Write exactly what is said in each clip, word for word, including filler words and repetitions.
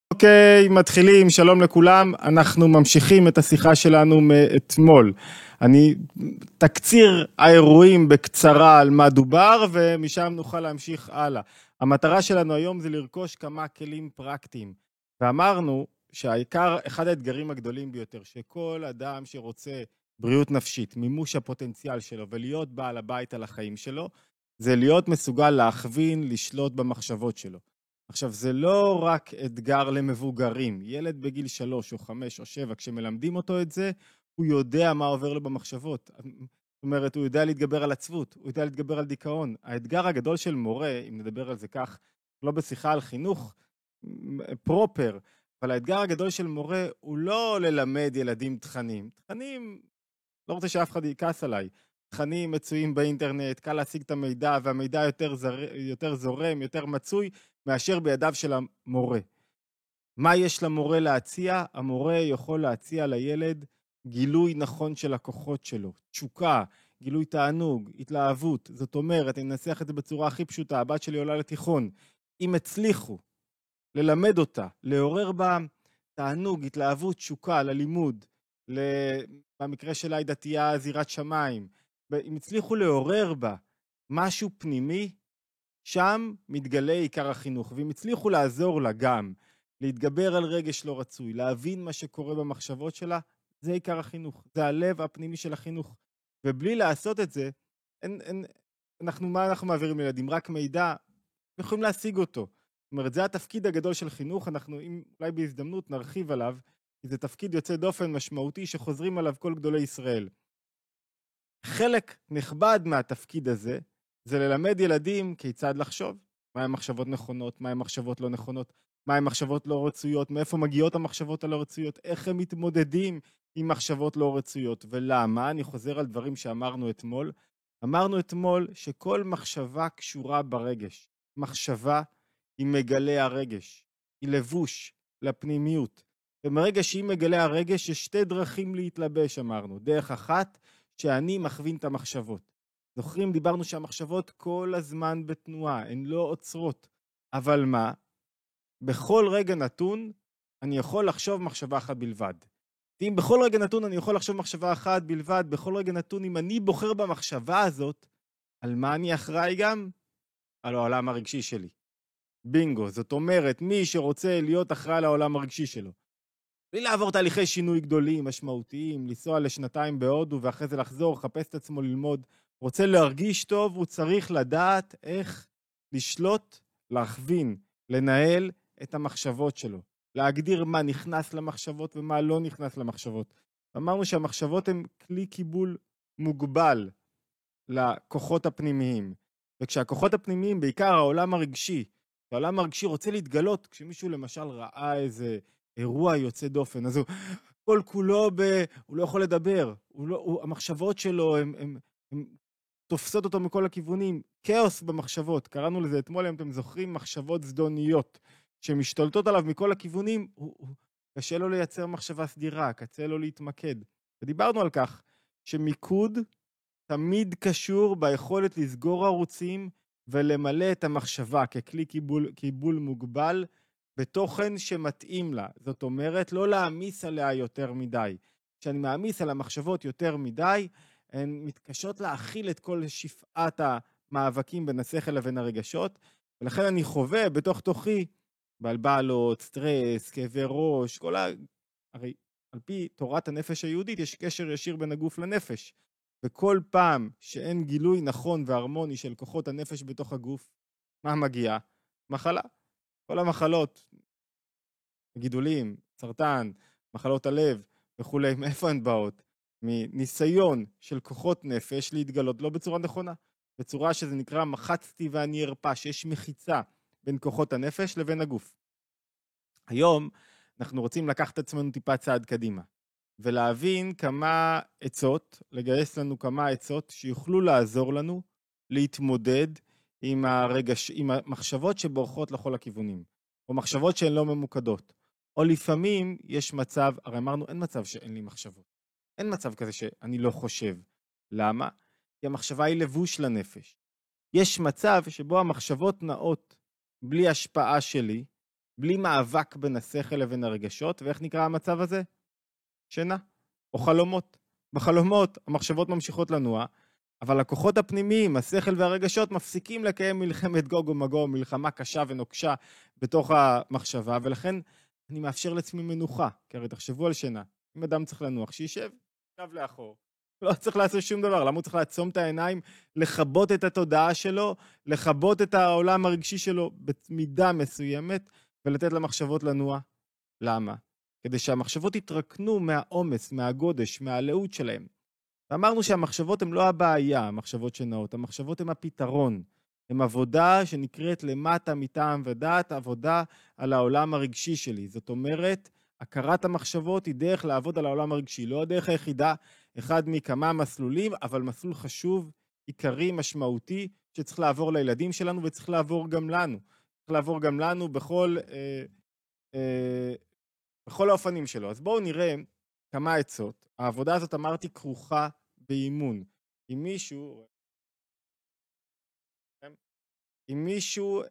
אוקיי, מתחילים, שלום לכולם, אנחנו ממשיכים את השיחה שלנו מאתמול. אני תקציר האירועים בקצרה על מה דובר, ומשם נוכל להמשיך הלאה. המטרה שלנו היום זה לרכוש כמה כלים פרקטיים, ואמרנו שהעיקר, אחד האתגרים הגדולים ביותר, שכל אדם שרוצה בריאות נפשית, מימוש הפוטנציאל שלו ולהיות בעל הבית על החיים שלו, זה להיות מסוגל להכווין, לשלוט במחשבות שלו. עכשיו, זה לא רק אתגר למבוגרים. ילד בגיל שלוש או חמש או שבע, כשמלמדים אותו את זה, הוא יודע מה עובר לו במחשבות. זאת אומרת, הוא יודע להתגבר על עצבות, הוא יודע להתגבר על דיכאון. האתגר הגדול של מורה, אם נדבר על זה כך, לא בשיחה על חינוך פרופר, אבל האתגר הגדול של מורה הוא לא ללמד ילדים תכנים. תכנים, לא רוצה שאף אחד יכעס עליי. תכנים מצויים באינטרנט, קל להשיג את המידע, והמידע יותר, זר... יותר זורם, יותר מצוי, מאשר בידיו של המורה. מה יש למורה להציע? המורה יכול להציע לילד גילוי נכון של הכוחות שלו, תשוקה, גילוי תענוג, התלהבות. זאת אומרת, אני אנסח את זה בצורה הכי פשוטה, הבת שלי עולה לתיכון. אם הצליחו ללמד אותה, לעורר בה תענוג, התלהבות, תשוקה ללימוד, במקרה שלה היא דתייה זירת שמיים, אם הצליחו לעורר בה משהו פנימי, שם מתגלה עיקר החינוך, ואם הצליחו לעזור לה גם להתגבר על רגש לא רצוי, להבין מה שקורה במחשבות שלה, זה עיקר החינוך, זה הלב הפנימי של החינוך. ובלי לעשות את זה, אין, אין, אנחנו, מה אנחנו מעבירים לילדים? רק מידע, יכולים להשיג אותו. זאת אומרת, זה התפקיד הגדול של חינוך, אנחנו אם, אולי בהזדמנות נרחיב עליו, כי זה תפקיד יוצא דופן משמעותי שחוזרים עליו כל גדולי ישראל. חלק נכבד מהתפקיד הזה, זה ללמד ילדים כיצד לחשוב, מהן מחשבות נכונות, מהן מחשבות לא נכונות, מהן מחשבות לא רצויות, מאיפה מגיעות המחשבות הלא רצויות, איך הם מתמודדים עם מחשבות לא רצויות, ולמה? אני חוזר על דברים שאמרנו אתמול. אמרנו אתמול שכל מחשבה קשורה ברגש. מחשבה היא מגלה הרגש, היא לבוש לפנימיות. ומרגע שהיא מגלה הרגש, יש שתי דרכים להתלבש, אמרנו. דרך אחת, שאני מכווין את המחשבות. זוכרים, דיברנו שהמחשבות כל הזמן בתנועה, הן לא עוצרות. אבל מה? בכל רגע נתון, אני יכול לחשוב מחשבה אחת בלבד. ואם בכל רגע נתון אני יכול לחשוב מחשבה אחת בלבד, בכל רגע נתון, אם אני בוחר במחשבה הזאת, על מה אני אחראי גם? על העולם הרגשי שלי. בינגו, זאת אומרת, מי שרוצה להיות אחראי על העולם הרגשי שלו, בלי לעבור תהליכי שינוי גדולים, משמעותיים, לנסוע לשנתיים בהודו ואחרי זה לחזור, לחפש את עצמו ללמוד, רוצה להרגיש טוב, הוא צריך לדעת איך לשלוט, להכווין, לנהל את המחשבות שלו, להגדיר מה נכנס למחשבות ומה לא נכנס למחשבות. אמרנו שהמחשבות הן כלי קיבול מוגבל לכוחות הפנימיים, וכשהכוחות הפנימיים, בעיקר העולם הרגשי, העולם הרגשי רוצה להתגלות, כשמישהו למשל ראה איזה אירוע יוצא דופן, אז הוא כל כולו, ב... הוא לא יכול לדבר, הוא לא... הוא... המחשבות שלו הם, הם, הם תופסות אותו מכל הכיוונים, כאוס במחשבות, קראנו לזה אתמול, אם אתם זוכרים, מחשבות זדוניות, שמשתלטות עליו מכל הכיוונים, הוא... הוא... קשה לו לייצר מחשבה סדירה, קשה לו להתמקד. ודיברנו על כך שמיקוד תמיד קשור ביכולת לסגור ערוצים ולמלא את המחשבה ככלי קיבול, קיבול מוגבל, בתוכן שמתאים לה. זאת אומרת, לא להעמיס עליה יותר מדי. כשאני מעמיס על המחשבות יותר מדי, הן מתקשות להכיל את כל שפעת המאבקים בין השכל לבין הרגשות, ולכן אני חווה בתוך תוכי בלבלות, סטרס, כאבי ראש, כל ה... הרי על פי תורת הנפש היהודית יש קשר ישיר בין הגוף לנפש, וכל פעם שאין גילוי נכון והרמוני של כוחות הנפש בתוך הגוף, מה מגיע? מחלה. כל המחלות, גידולים, סרטן, מחלות הלב וכולי, מאיפה הן באות? מניסיון של כוחות נפש להתגלות לא בצורה נכונה, בצורה שזה נקרא מחצתי ואני ארפא, שיש מחיצה בין כוחות הנפש לבין הגוף. היום אנחנו רוצים לקחת את עצמנו טיפה צעד קדימה, ולהבין כמה עצות, לגייס לנו כמה עצות שיוכלו לעזור לנו להתמודד עם הרגש, עם המחשבות שבורחות לכל הכיוונים, או מחשבות שהן לא ממוקדות. או לפעמים יש מצב, הרי אמרנו אין מצב שאין לי מחשבות. אין מצב כזה שאני לא חושב. למה? כי המחשבה היא לבוש לנפש. יש מצב שבו המחשבות נעות בלי השפעה שלי, בלי מאבק בין השכל לבין הרגשות, ואיך נקרא המצב הזה? שינה, או חלומות. בחלומות המחשבות ממשיכות לנוע, אבל הכוחות הפנימיים, השכל והרגשות, מפסיקים לקיים מלחמת גוג ומגוג, מלחמה קשה ונוקשה בתוך המחשבה, ולכן אני מאפשר לעצמי מנוחה, כי הרי תחשבו על שינה. אם אדם צריך לנוח, שישב, שב לאחור. לא צריך לעשות שום דבר, למה הוא צריך לעצום את העיניים, לכבות את התודעה שלו, לכבות את העולם הרגשי שלו במידה מסוימת, ולתת למחשבות לנוע? למה? כדי שהמחשבות יתרקנו מהעומס, מהגודש, מהלאות שלהם. ואמרנו שהמחשבות הן לא הבעיה, המחשבות שנעות, המחשבות הן הפתרון. הן עבודה שנקראת למטה מטעם ודעת, עבודה על העולם הרגשי שלי. זאת אומרת, הכרת המחשבות היא דרך לעבוד על העולם הרגשי, לא הדרך היחידה, אחד מכמה מסלולים, אבל מסלול חשוב, עיקרי, משמעותי, שצריך לעבור לילדים שלנו וצריך לעבור גם לנו. צריך לעבור גם לנו בכל, אה, אה, בכל האופנים שלו. אז בואו נראה כמה עצות. העבודה הזאת, אמרתי, כרוכה באימון. אם מישהו, אם מישהו,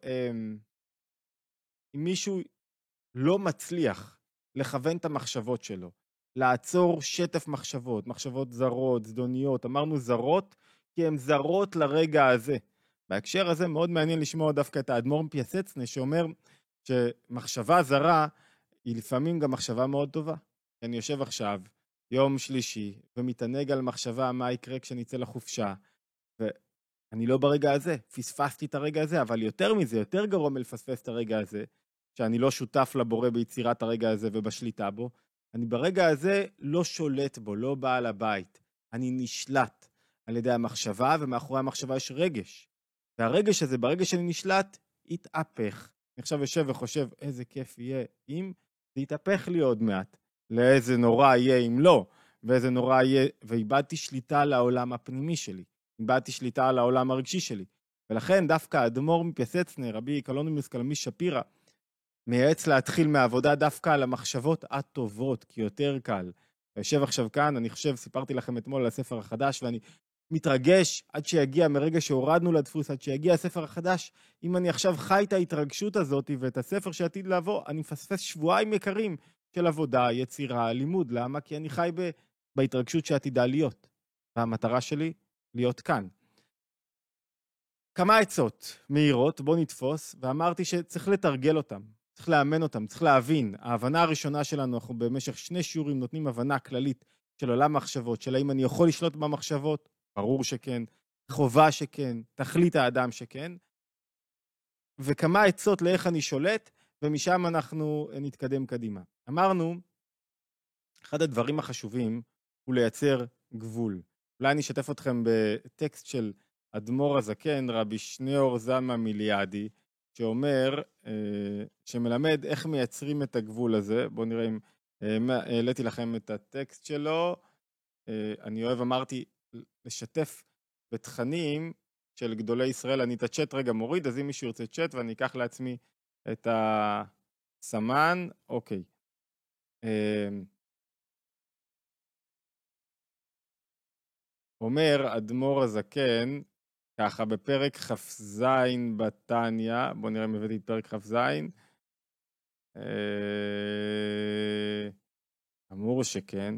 אם מישהו לא מצליח לכוון את המחשבות שלו, לעצור שטף מחשבות, מחשבות זרות, זדוניות, אמרנו זרות, כי הן זרות לרגע הזה. בהקשר הזה מאוד מעניין לשמוע דווקא את האדמו"ר מפיאסצנה, שאומר שמחשבה זרה היא לפעמים גם מחשבה מאוד טובה. אני יושב עכשיו, יום שלישי, ומתענג על מחשבה מה יקרה כשאני אצא לחופשה, ואני לא ברגע הזה, פספסתי את הרגע הזה, אבל יותר מזה, יותר גרוע מלפספס את הרגע הזה, שאני לא שותף לבורא ביצירת הרגע הזה ובשליטה בו, אני ברגע הזה לא שולט בו, לא בעל הבית. אני נשלט על ידי המחשבה, ומאחורי המחשבה יש רגש. והרגש הזה, ברגע שאני נשלט, יתהפך. אני עכשיו יושב וחושב, איזה כיף יהיה אם זה יתהפך לי עוד מעט. לאיזה נורא יהיה אם לא, ואיזה נורא יהיה, ואיבדתי שליטה על העולם הפנימי שלי. איבדתי שליטה על העולם הרגשי שלי. ולכן דווקא האדמו"ר מפיאסצנה, רבי קלונימוס קלמיש שפירא, מייעץ להתחיל מהעבודה דווקא על המחשבות הטובות, כי יותר קל. ויושב עכשיו כאן, אני חושב, סיפרתי לכם אתמול על הספר החדש, ואני מתרגש עד שיגיע, מרגע שהורדנו לדפוס, עד שיגיע הספר החדש, אם אני עכשיו חי את ההתרגשות הזאת ואת הספר שעתיד לעבור, אני מפספס שבועיים יקרים של עבודה, יצירה, לימוד. למה? כי אני חי ב... בהתרגשות שעתידה להיות. והמטרה שלי, להיות כאן. כמה עצות מהירות, בוא נתפוס, ואמרתי שצריך לתרגל אותם. צריך לאמן אותם, צריך להבין. ההבנה הראשונה שלנו, אנחנו במשך שני שיעורים נותנים הבנה כללית של עולם מחשבות, של האם אני יכול לשלוט במחשבות, ברור שכן, חובה שכן, תכלית האדם שכן, וכמה עצות לאיך אני שולט, ומשם אנחנו נתקדם קדימה. אמרנו, אחד הדברים החשובים הוא לייצר גבול. אולי אני אשתף אתכם בטקסט של אדמו"ר הזקן, רבי שניאור זלמן מיליאדי, שאומר, שמלמד איך מייצרים את הגבול הזה. בואו נראה אם העליתי לכם את הטקסט שלו. אני אוהב, אמרתי, לשתף בתכנים של גדולי ישראל. אני את הצ'אט רגע מוריד, אז אם מישהו ירצה צ'אט, ואני אקח לעצמי את הסמן. אוקיי. אומר אדמו"ר הזקן, ככה בפרק כ"ז בתניא, בואו נראה אם הבאתי את פרק כ"ז, אמור שכן.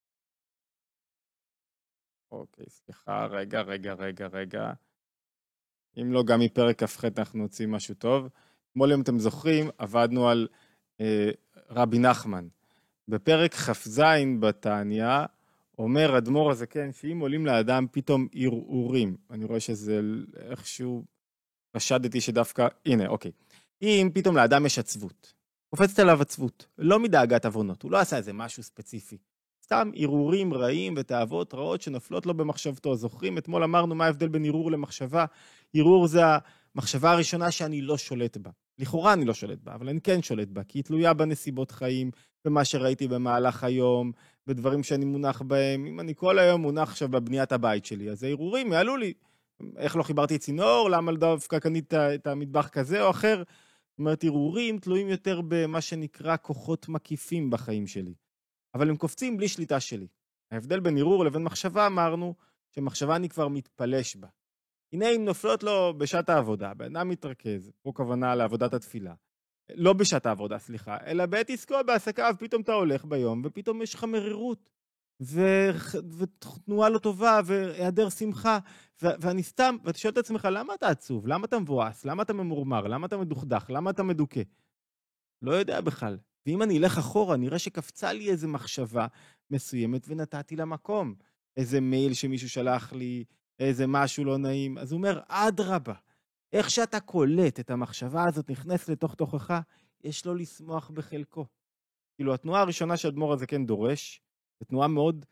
אוקיי, סליחה, רגע, רגע, רגע, רגע. אם לא, גם מפרק כ"ח אנחנו נוציא משהו טוב. אתמול, אם אתם זוכרים, עבדנו על אה, רבי נחמן. בפרק כ"ז בתניא, אומר אדמו"ר הזקן, שאם עולים לאדם פתאום ערעורים, אני רואה שזה איכשהו, חשדתי שדווקא, הנה, אוקיי. אם פתאום לאדם יש עצבות, קופצת עליו עצבות, לא מדאגת עוונות, הוא לא עשה איזה משהו ספציפי, סתם ערעורים רעים ותאוות רעות שנפלות לו במחשבתו. זוכרים? אתמול אמרנו מה ההבדל בין ערעור למחשבה. ערעור זה המחשבה הראשונה שאני לא שולט בה. לכאורה אני לא שולט בה, אבל אני כן שולט בה, כי היא תלויה בנסיבות חיים, במה שראיתי במהלך היום, בדברים שאני מונח בהם. אם אני כל היום מונח עכשיו בבניית הבית שלי, אז הערעורים יעלו לי. איך לא חיברתי צינור? למה דווקא קנית את המטבח כזה או אחר? זאת אומרת, ערעורים תלויים יותר במה שנקרא כוחות מקיפים בחיים שלי. אבל הם קופצים בלי שליטה שלי. ההבדל בין ערעור לבין מחשבה, אמרנו שמחשבה אני כבר מתפלש בה. הנה אם נופלות לו בשעת העבודה, באדם מתרכז, פה כוונה לעבודת התפילה, לא בשעת העבודה, סליחה, אלא בעת עסקו בעסקיו, פתאום אתה הולך ביום, ופתאום יש לך מרירות, ותנועה לא טובה, והיעדר שמחה, ואני סתם, ואתה שואל את עצמך, למה אתה עצוב? למה אתה מבואס? למה אתה ממורמר? למה אתה מדוכדך? למה אתה מדוכא? לא יודע בכלל. ואם אני אלך אחורה, נראה שקפצה לי איזו מחשבה מסוימת, ונתתי לה מקום. איזה מייל שמישהו שלח לי, איזה משהו לא נעים. אז הוא אומר, אדרבה, איך שאתה קולט את המחשבה הזאת, נכנס לתוך תוכך, יש לו לשמוח בחלקו. כאילו, התנועה הראשונה שהאדמו"ר הזקן דורש, זו תנועה מאוד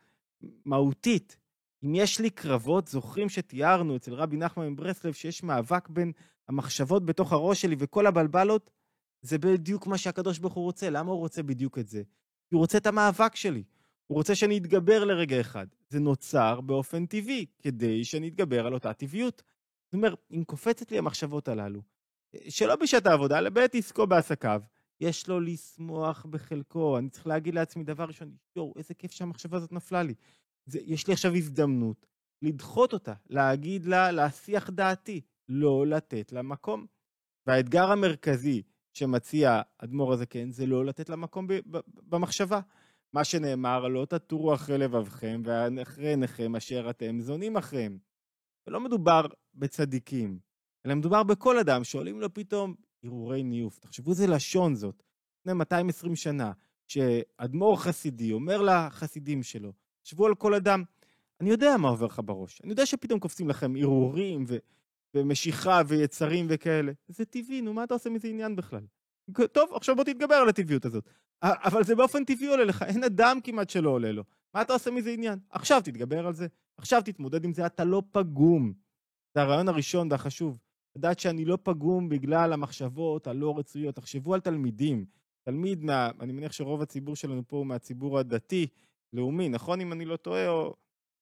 מהותית. אם יש לי קרבות, זוכרים שתיארנו אצל רבי נחמן מברסלב, שיש מאבק בין המחשבות בתוך הראש שלי וכל הבלבלות, זה בדיוק מה שהקדוש ברוך הוא רוצה. למה הוא רוצה בדיוק את זה? כי הוא רוצה את המאבק שלי. הוא רוצה שאני אתגבר לרגע אחד. זה נוצר באופן טבעי, כדי שאני אתגבר על אותה טבעיות. זאת אומרת, אם קופצת לי המחשבות הללו, שלא בשעת העבודה, אלא בעת עסקו בעסקיו, יש לו לשמוח בחלקו. אני צריך להגיד לעצמי דבר ראשון, יואו, איזה כיף שהמחשבה הזאת נפלה לי. זה, יש לי עכשיו הזדמנות לדחות אותה, להגיד לה, להסיח דעתי, לא לתת לה מקום. והאתגר המרכזי שמציע אדמו"ר הזקן, זה לא לתת לה מקום במחשבה. מה שנאמר, לא תטורו אחרי לבבכם, ואחרי עיניכם אשר אתם זונים אחריהם. ולא מדובר בצדיקים, אלא מדובר בכל אדם שעולים לו פתאום הרהורי ניאוף. תחשבו, זה לשון זאת. לפני מאתיים ועשרים שנה, שאדמו"ר חסידי אומר לחסידים שלו, תחשבו על כל אדם, אני יודע מה עובר לך בראש. אני יודע שפתאום קופצים לכם הרהורים ו... ומשיכה ויצרים וכאלה. זה טבעי, נו, מה אתה עושה מזה עניין בכלל? טוב, עכשיו בוא תתגבר על הטבעיות הזאת. אבל זה באופן טבעי עולה לך, אין אדם כמעט שלא עולה לו. מה אתה עושה מזה עניין? עכשיו תתגבר על זה, עכשיו תתמודד עם זה, אתה לא פגום. זה הרעיון הראשון והחשוב. לדעת שאני לא פגום בגלל המחשבות הלא רצויות. תחשבו על תלמידים. תלמיד, מה, אני מניח שרוב הציבור שלנו פה הוא מהציבור הדתי, לאומי, נכון אם אני לא טועה, או...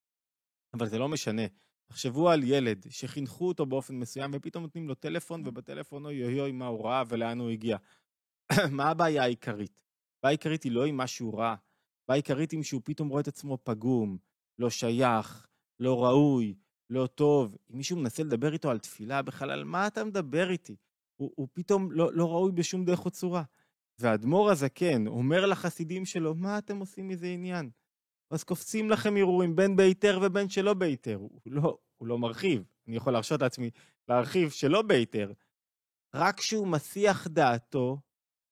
אבל זה לא משנה. תחשבו על ילד שחינכו אותו באופן מסוים, ופתאום נותנים לו טלפון, ובטלפון אוי אוי אוי מה הוא ראה ולאן הוא הגיע. מה הבעיה העיקרית? הבעיה העיקרית היא לא עם מה שהוא ראה. הבעיה העיקרית היא שהוא פתאום רואה את עצמו פגום, לא שייך, לא ראוי, לא טוב. אם מישהו מנסה לדבר איתו על תפילה, בכלל על מה אתה מדבר איתי? הוא, הוא פתאום לא, לא ראוי בשום דרך או צורה. והאדמו"ר הזקן אומר לחסידים שלו, מה אתם עושים מזה עניין? אז קופצים לכם הרהורים בין בהיתר ובין שלא בהיתר. הוא לא, הוא לא מרחיב. אני יכול להרשות לעצמי להרחיב שלא בהיתר. רק כשהוא מסיח דעתו,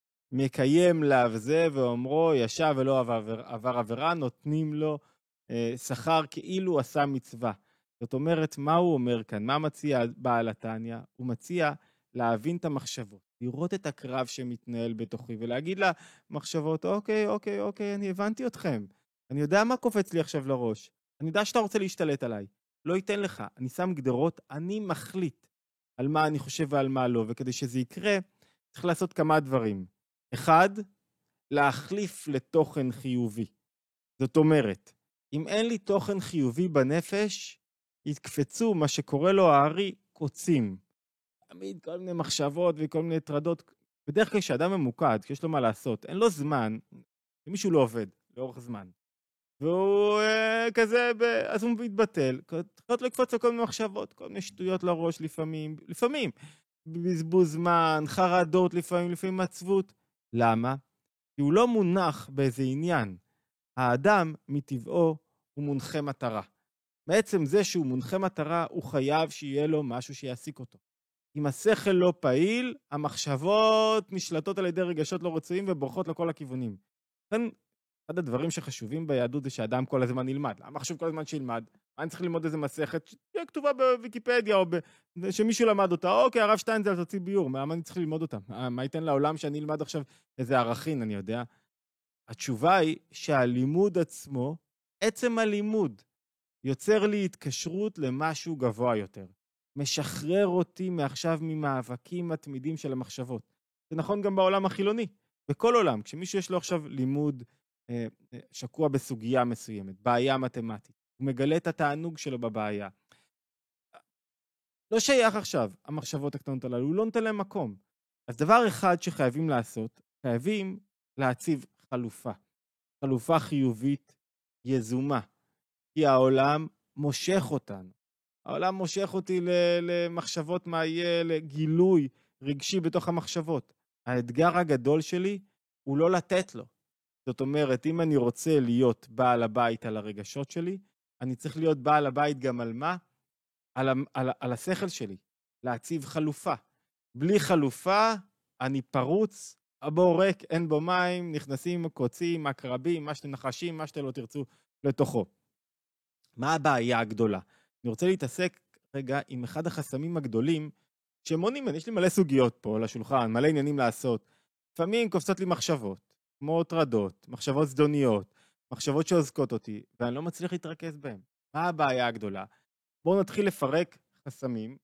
מקיים לאו זה ואומרו, ישב ולא עבר, עבר עבירה, נותנים לו אה, שכר כאילו עשה מצווה. זאת אומרת, מה הוא אומר כאן? מה מציע בעל התניא? הוא מציע להבין את המחשבות, לראות את הקרב שמתנהל בתוכי, ולהגיד לה מחשבות, אוקיי, אוקיי, אוקיי, אני הבנתי אתכם. אני יודע מה קופץ לי עכשיו לראש. אני יודע שאתה רוצה להשתלט עליי. לא ייתן לך. אני שם גדרות, אני מחליט על מה אני חושב ועל מה לא, וכדי שזה יקרה, צריך לעשות כמה דברים. אחד, להחליף לתוכן חיובי. זאת אומרת, אם אין לי תוכן חיובי בנפש, יתקפצו מה שקורא לו הארי קוצים. תמיד כל מיני מחשבות וכל מיני טרדות. בדרך כלל כשאדם ממוקד, כשיש לו מה לעשות, אין לו זמן, ומישהו לא עובד לאורך זמן. והוא אה, כזה, ב... אז הוא מתבטל. תחילת לקפוץ לכל מיני מחשבות, כל מיני שטויות לראש לפעמים, לפעמים. בזבוז זמן, חרדות לפעמים, לפעמים עצבות. למה? כי הוא לא מונח באיזה עניין. האדם מטבעו הוא מונחה מטרה. בעצם זה שהוא מונחה מטרה, הוא חייב שיהיה לו משהו שיעסיק אותו. אם השכל לא פעיל, המחשבות נשלטות על ידי רגשות לא רצויים ובורחות לכל הכיוונים. לכן, אחד הדברים שחשובים ביהדות זה שאדם כל הזמן ילמד. למה חשוב כל הזמן שילמד? מה אני צריך ללמוד איזה מסכת שתהיה כתובה בוויקיפדיה, או ב... שמישהו למד אותה, אוקיי, הרב שטיינזלץ תוציא ביור, מה אני צריך ללמוד אותה? מה ייתן לעולם שאני אלמד עכשיו איזה ערכין, אני יודע? התשובה היא שהלימוד עצמו, עצם הלימוד, יוצר לי התקשרות למשהו גבוה יותר. משחרר אותי מעכשיו ממאבקים מתמידים של המחשבות. זה נכון גם בעולם החילוני. בכל עולם, כשמישהו יש לו עכשיו לימוד אה, שקוע בסוגיה מסוימת, בעיה מתמטית, הוא מגלה את התענוג שלו בבעיה. לא שייך עכשיו, המחשבות הקטנות הללו, הוא לא נותן להם מקום. אז דבר אחד שחייבים לעשות, חייבים להציב חלופה. חלופה חיובית יזומה. כי העולם מושך אותנו. העולם מושך אותי למחשבות מה יהיה, לגילוי רגשי בתוך המחשבות. האתגר הגדול שלי הוא לא לתת לו. זאת אומרת, אם אני רוצה להיות בעל הבית על הרגשות שלי, אני צריך להיות בעל הבית גם על מה? על, על, על השכל שלי, להציב חלופה. בלי חלופה, אני פרוץ, הבור ריק, אין בו מים, נכנסים קוצים, עקרבים, מה שאתם נחשים, מה שאתם לא תרצו לתוכו. מה הבעיה הגדולה? אני רוצה להתעסק רגע עם אחד החסמים הגדולים, שמונים, יש לי מלא סוגיות פה על השולחן, מלא עניינים לעשות. לפעמים קופצות לי מחשבות, כמו טרדות, מחשבות זדוניות, מחשבות שעוזקות אותי, ואני לא מצליח להתרכז בהן. מה הבעיה הגדולה? בואו נתחיל לפרק חסמים.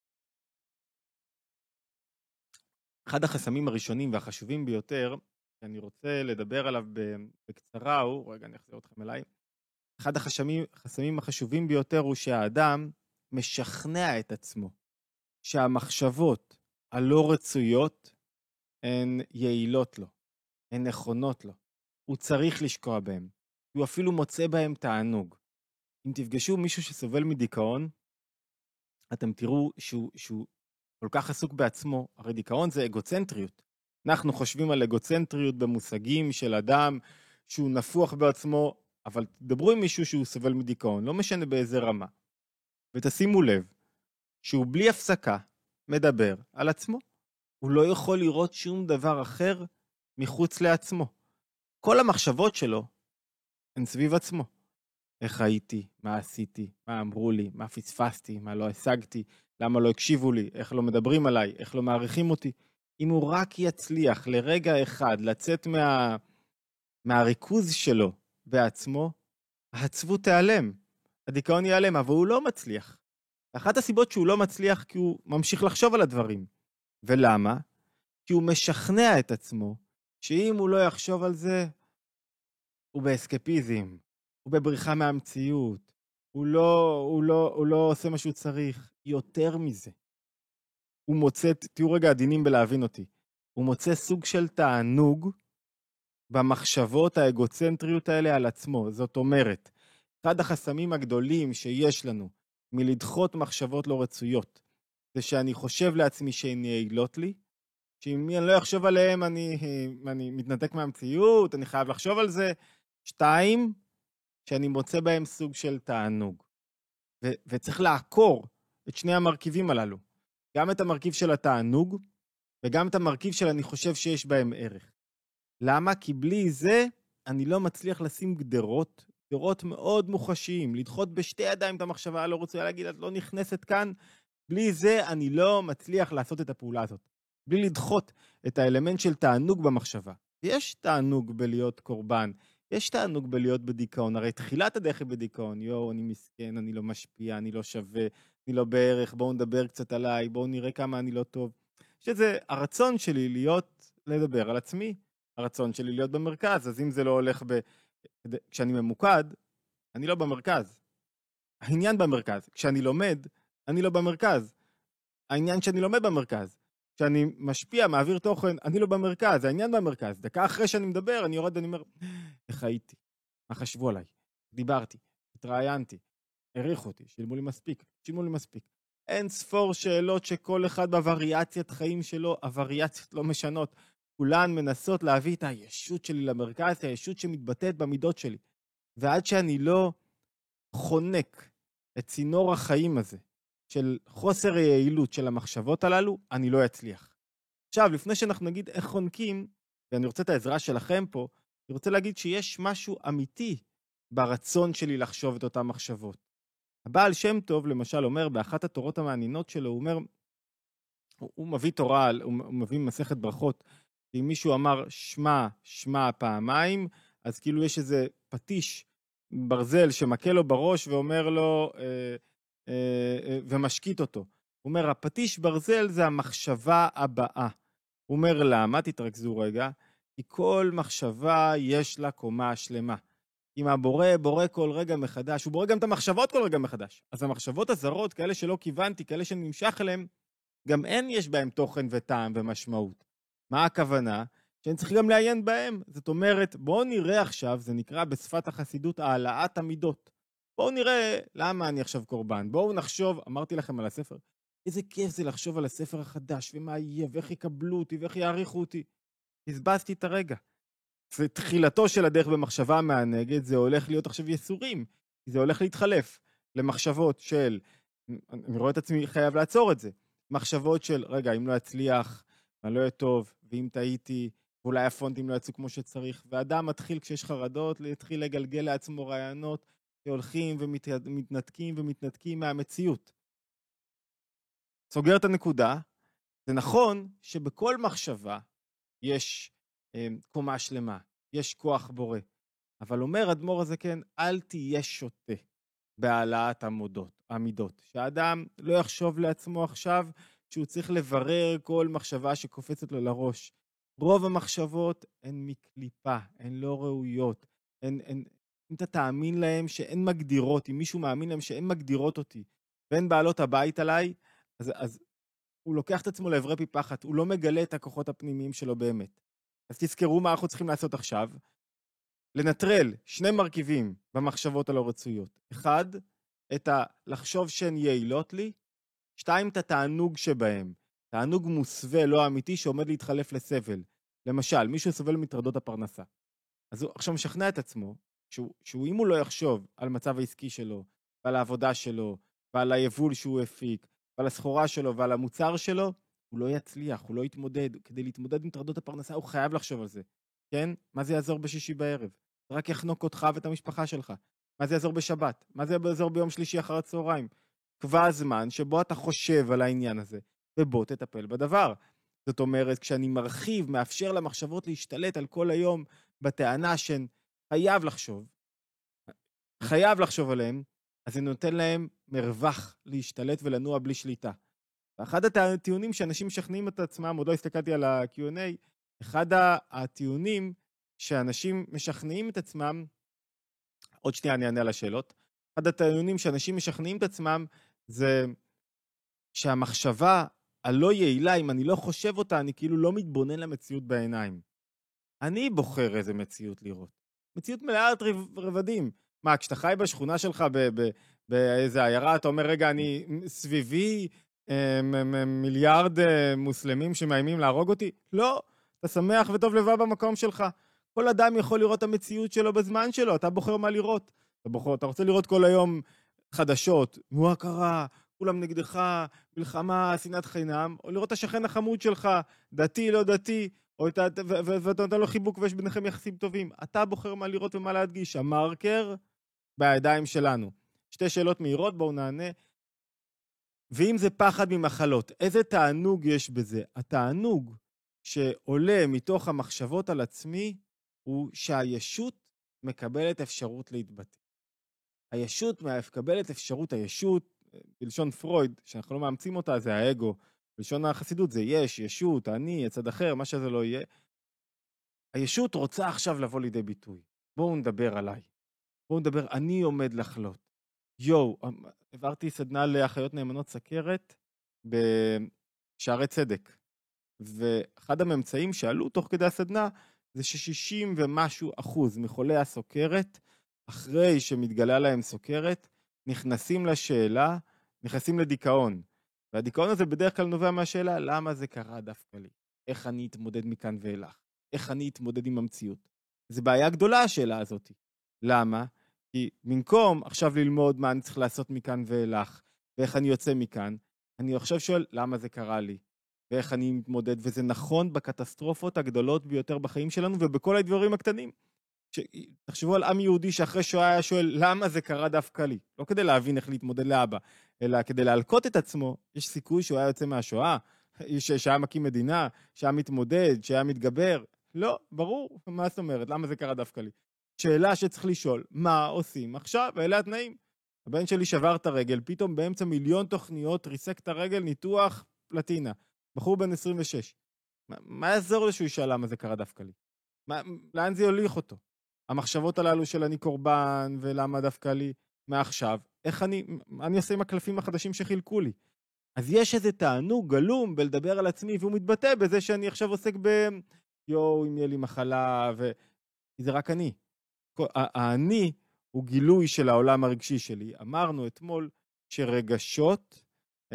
אחד החסמים הראשונים והחשובים ביותר, שאני רוצה לדבר עליו בקצרה, הוא, רגע אני אחזיר אתכם אליי, אחד החסמים, החסמים החשובים ביותר הוא שהאדם משכנע את עצמו, שהמחשבות הלא רצויות הן יעילות לו, הן נכונות לו, הוא צריך לשקוע בהן, הוא אפילו מוצא בהן תענוג. אם תפגשו מישהו שסובל מדיכאון, אתם תראו שהוא, שהוא כל כך עסוק בעצמו, הרי דיכאון זה אגוצנטריות. אנחנו חושבים על אגוצנטריות במושגים של אדם שהוא נפוח בעצמו, אבל תדברו עם מישהו שהוא סובל מדיכאון, לא משנה באיזה רמה. ותשימו לב שהוא בלי הפסקה מדבר על עצמו. הוא לא יכול לראות שום דבר אחר מחוץ לעצמו. כל המחשבות שלו הן סביב עצמו. איך הייתי, מה עשיתי, מה אמרו לי, מה פספסתי, מה לא השגתי, למה לא הקשיבו לי, איך לא מדברים עליי, איך לא מעריכים אותי. אם הוא רק יצליח לרגע אחד לצאת מה, מהריכוז שלו בעצמו, העצבות תיעלם, הדיכאון ייעלם, אבל הוא לא מצליח. אחת הסיבות שהוא לא מצליח כי הוא ממשיך לחשוב על הדברים. ולמה? כי הוא משכנע את עצמו שאם הוא לא יחשוב על זה, הוא באסקפיזם, הוא בבריחה מהמציאות, הוא לא, הוא לא, הוא לא עושה מה שהוא צריך. יותר מזה, הוא מוצא, תהיו רגע עדינים בלהבין אותי, הוא מוצא סוג של תענוג במחשבות האגוצנטריות האלה על עצמו. זאת אומרת, אחד החסמים הגדולים שיש לנו מלדחות מחשבות לא רצויות, זה שאני חושב לעצמי שהן יעילות לי, שאם אני לא אחשוב עליהן, אני, אני מתנתק מהמציאות, אני חייב לחשוב על זה. שתיים, שאני מוצא בהם סוג של תענוג. ו- וצריך לעקור את שני המרכיבים הללו. גם את המרכיב של התענוג, וגם את המרכיב של אני חושב שיש בהם ערך. למה? כי בלי זה אני לא מצליח לשים גדרות, גדרות מאוד מוחשיים, לדחות בשתי ידיים את המחשבה הלא רצויה, להגיד, את לא נכנסת כאן, בלי זה אני לא מצליח לעשות את הפעולה הזאת. בלי לדחות את האלמנט של תענוג במחשבה. יש תענוג בלהיות קורבן, יש תענוג בלהיות בדיכאון, הרי תחילת הדרך בדיכאון, יו, אני מסכן, אני לא משפיע, אני לא שווה, אני לא בערך, בואו נדבר קצת עליי, בואו נראה כמה אני לא טוב. שזה הרצון שלי להיות, לדבר על עצמי, הרצון שלי להיות במרכז, אז אם זה לא הולך ב... כשאני ממוקד, אני לא במרכז. העניין במרכז, כשאני לומד, אני לא במרכז. העניין שאני לומד במרכז. כשאני משפיע, מעביר תוכן, אני לא במרכז, העניין במרכז. דקה אחרי שאני מדבר, אני יורד ואני אומר, איך הייתי? מה חשבו עליי? דיברתי, התראיינתי, העריכו אותי, שילמו לי מספיק, שילמו לי מספיק. אין ספור שאלות שכל אחד בווריאציית חיים שלו, הווריאציות לא משנות, כולן מנסות להביא את הישות שלי למרכז, הישות שמתבטאת במידות שלי. ועד שאני לא חונק את צינור החיים הזה, של חוסר היעילות של המחשבות הללו, אני לא אצליח. עכשיו, לפני שאנחנו נגיד איך חונקים, ואני רוצה את העזרה שלכם פה, אני רוצה להגיד שיש משהו אמיתי ברצון שלי לחשוב את אותן מחשבות. הבעל שם טוב, למשל, אומר, באחת התורות המעניינות שלו, הוא אומר, הוא, הוא מביא תורה, הוא, הוא מביא מסכת ברכות, אם מישהו אמר שמע, שמע פעמיים, אז כאילו יש איזה פטיש ברזל שמכה לו בראש ואומר לו, אה, אה, אה, ומשקיט אותו. הוא אומר, הפטיש ברזל זה המחשבה הבאה. הוא אומר, למה? תתרכזו רגע. כי כל מחשבה יש לה קומה שלמה. אם הבורא בורא כל רגע מחדש, הוא בורא גם את המחשבות כל רגע מחדש. אז המחשבות הזרות, כאלה שלא כיוונתי, כאלה שנמשך אליהם, גם אין יש בהם תוכן וטעם ומשמעות. מה הכוונה? שאני צריך גם לעיין בהם. זאת אומרת, בואו נראה עכשיו, זה נקרא בשפת החסידות העלאת המידות. בואו נראה למה אני עכשיו קורבן. בואו נחשוב, אמרתי לכם על הספר, איזה כיף זה לחשוב על הספר החדש, ומה יהיה, ואיך יקבלו אותי, ואיך יעריכו אותי. בזבזתי את הרגע. ותחילתו של הדרך במחשבה מהנגד, זה הולך להיות עכשיו יסורים. זה הולך להתחלף למחשבות של, אני רואה את עצמי חייב לעצור את זה, מחשבות של, רגע, אם לא אצליח, אני לא אהיה טוב, ואם טעיתי, ואולי הפונטים לא יצאו כמו שצריך, ואדם מתחיל כשיש חרדות, להתחיל לגלגל לעצמו רעיונות, שהולכים ומתנתקים ומתנתקים מהמציאות. סוגר את הנקודה, זה נכון שבכל מחשבה יש אה, קומה שלמה, יש כוח בורא, אבל אומר אדמו"ר הזקן, אל תהיה שוטה בהעלאת המודות, המידות, שהאדם לא יחשוב לעצמו עכשיו שהוא צריך לברר כל מחשבה שקופצת לו לראש. רוב המחשבות הן מקליפה, הן לא ראויות, הן, הן, אם אתה תאמין להם שהן מגדירות, אם מישהו מאמין להם שהן מגדירות אותי, והן בעלות הבית עליי, אז, אז הוא לוקח את עצמו לעברי פי פחת, הוא לא מגלה את הכוחות הפנימיים שלו באמת. אז תזכרו מה אנחנו צריכים לעשות עכשיו, לנטרל שני מרכיבים במחשבות הלא רצויות. אחד, את ה... לחשוב שהן יעילות לי, שתיים, את התענוג שבהם. תענוג מוסווה, לא אמיתי, שעומד להתחלף לסבל. למשל, מישהו סובל מטרדות הפרנסה. אז הוא עכשיו משכנע את עצמו, שהוא, שהוא אם הוא לא יחשוב על מצב העסקי שלו, ועל העבודה שלו, ועל היבול שהוא הפיק, ועל הסחורה שלו, ועל המוצר שלו, הוא לא יצליח, הוא לא יתמודד. כדי להתמודד עם טרדות הפרנסה, הוא חייב לחשוב על זה. כן? מה זה יעזור בשישי בערב? רק יחנוק אותך ואת המשפחה שלך. מה זה יעזור בשבת? מה זה יעזור ביום שלישי אחר הצהריים? קבע הזמן שבו אתה חושב על העניין הזה, ובוא תטפל בדבר. זאת אומרת, כשאני מרחיב, מאפשר למחשבות להשתלט על כל היום בטענה שהן חייב לחשוב, חייב לחשוב עליהם, אז זה נותן להם מרווח להשתלט ולנוע בלי שליטה. ואחד הטיעונים שאנשים משכנעים את עצמם, עוד לא הסתכלתי על ה-קיו אנד איי, אחד הטיעונים שאנשים משכנעים את עצמם, עוד שנייה אני אענה על השאלות, אחד הטיעונים שאנשים משכנעים את עצמם, זה שהמחשבה הלא יעילה, אם אני לא חושב אותה, אני כאילו לא מתבונן למציאות בעיניים. אני בוחר איזה מציאות לראות. מציאות מלאת רבדים. מה, כשאתה חי בשכונה שלך באיזה עיירה, אתה אומר, רגע, אני סביבי מיליארד מוסלמים שמאיימים להרוג אותי? לא, אתה שמח וטוב לבב במקום שלך. כל אדם יכול לראות את המציאות שלו בזמן שלו, אתה בוחר מה לראות. אתה בוחר, אתה רוצה לראות כל היום חדשות, מה קרה, כולם נגדך, מלחמה, שנאת חינם, או לראות את השכן החמוד שלך, דתי, לא דתי, או אתה, ואתה נותן לו חיבוק ויש ביניכם יחסים טובים. אתה בוחר מה לראות ומה להדגיש. המרקר בידיים שלנו. שתי שאלות מהירות, בואו נענה. ואם זה פחד ממחלות, איזה תענוג יש בזה? התענוג שעולה מתוך המחשבות על עצמי, הוא שהישות מקבלת אפשרות להתבטא. הישות מקבלת אפשרות, הישות, בלשון פרויד, שאנחנו לא מאמצים אותה, זה האגו. בלשון החסידות זה יש, ישות, אני, הצד אחר, מה שזה לא יהיה. הישות רוצה עכשיו לבוא לידי ביטוי. בואו נדבר עליי. בואו נדבר, אני עומד לחלות. יו, עברתי סדנה לאחיות נאמנות סכרת בשערי צדק. ואחד הממצאים שעלו תוך כדי הסדנה, זה ש-שישים ומשהו אחוז מחולי הסוכרת, אחרי שמתגלה להם סוכרת, נכנסים לשאלה, נכנסים לדיכאון. והדיכאון הזה בדרך כלל נובע מהשאלה, למה זה קרה דווקא לי? איך אני אתמודד מכאן ואילך? איך אני אתמודד עם המציאות? זו בעיה גדולה השאלה הזאת. למה? כי במקום עכשיו ללמוד מה אני צריך לעשות מכאן ואילך, ואיך אני יוצא מכאן, אני עכשיו שואל, למה זה קרה לי? ואיך אני מתמודד? וזה נכון בקטסטרופות הגדולות ביותר בחיים שלנו, ובכל הדברים הקטנים. ש... תחשבו על עם יהודי שאחרי שואה היה שואל, למה זה קרה דווקא לי? לא כדי להבין איך להתמודד לאבא, אלא כדי להלקות את עצמו, יש סיכוי שהוא היה יוצא מהשואה, שהיה מקים מדינה, שהיה מתמודד, שהיה מתגבר. לא, ברור, מה זאת אומרת? למה זה קרה דווקא לי? שאלה שצריך לשאול, מה עושים עכשיו? ואלה התנאים. הבן שלי שבר את הרגל, פתאום באמצע מיליון תוכניות, ריסק את הרגל, ניתוח פלטינה. בחור בן עשרים ושש. מה, מה יעזור לו שהוא ישאל למה זה קרה דווקא לי? מה, לאן זה יוליך אותו? המחשבות הללו של אני קורבן, ולמה דווקא לי מעכשיו, איך אני, אני עושה עם הקלפים החדשים שחילקו לי? אז יש איזה תענוג גלום בלדבר על עצמי, והוא מתבטא בזה שאני עכשיו עוסק ב... יו, אם יהיה לי מחלה, ו... זה רק אני. האני הוא גילוי של העולם הרגשי שלי. אמרנו אתמול שרגשות הם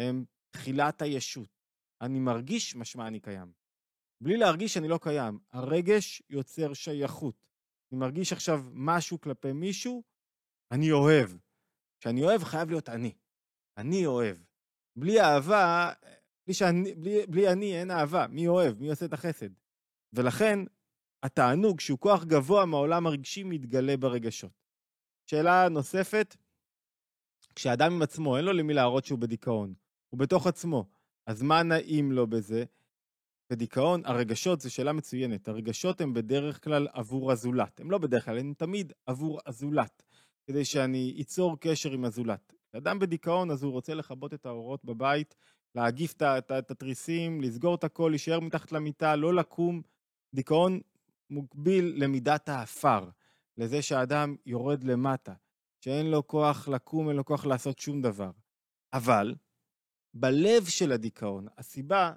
תחילת הישות. אני מרגיש, משמע אני קיים. בלי להרגיש אני לא קיים. הרגש יוצר שייכות. אני מרגיש עכשיו משהו כלפי מישהו, אני אוהב. כשאני אוהב חייב להיות אני. אני אוהב. בלי אהבה, בלי, שאני, בלי, בלי אני אין אהבה. מי אוהב? מי עושה את החסד? ולכן התענוג שהוא כוח גבוה מהעולם הרגשי מתגלה ברגשות. שאלה נוספת, כשאדם עם עצמו אין לו למי להראות שהוא בדיכאון, הוא בתוך עצמו, אז מה נעים לו בזה? בדיכאון, הרגשות זה שאלה מצוינת, הרגשות הם בדרך כלל עבור הזולת, הם לא בדרך כלל, הם תמיד עבור הזולת, כדי שאני אצור קשר עם הזולת. אדם בדיכאון אז הוא רוצה לכבות את האורות בבית, להגיף את התריסים, לסגור את הכל, להישאר מתחת למיטה, לא לקום. דיכאון מוגביל למידת האפר, לזה שהאדם יורד למטה, שאין לו כוח לקום, אין לו כוח לעשות שום דבר. אבל בלב של הדיכאון, הסיבה,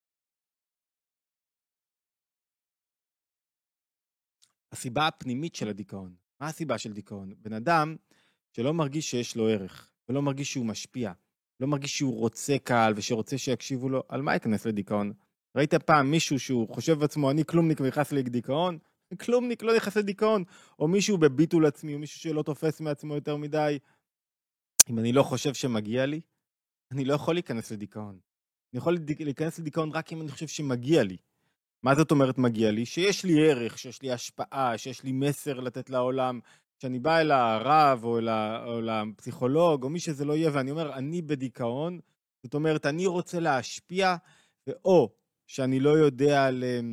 הסיבה הפנימית של הדיכאון, מה הסיבה של דיכאון? בן אדם שלא מרגיש שיש לו ערך, ולא מרגיש שהוא משפיע, לא מרגיש שהוא רוצה קהל ושרוצה שיקשיבו לו, על מה ייכנס לדיכאון? ראית פעם מישהו שהוא חושב בעצמו, אני כלומניק ונכנס לדיכאון? כלומניק לא נכנס לדיכאון, או מישהו בביטול עצמי, או מישהו שלא תופס מעצמו יותר מדי. אם אני לא חושב שמגיע לי, אני לא יכול להיכנס לדיכאון. אני יכול להיכנס לדיכאון רק אם אני חושב שמגיע לי. מה זאת אומרת מגיע לי? שיש לי ערך, שיש לי השפעה, שיש לי מסר לתת לעולם, שאני בא אל הרב או אל, ה, או אל הפסיכולוג או מי שזה לא יהיה ואני אומר אני בדיכאון, זאת אומרת אני רוצה להשפיע, ואו שאני לא יודע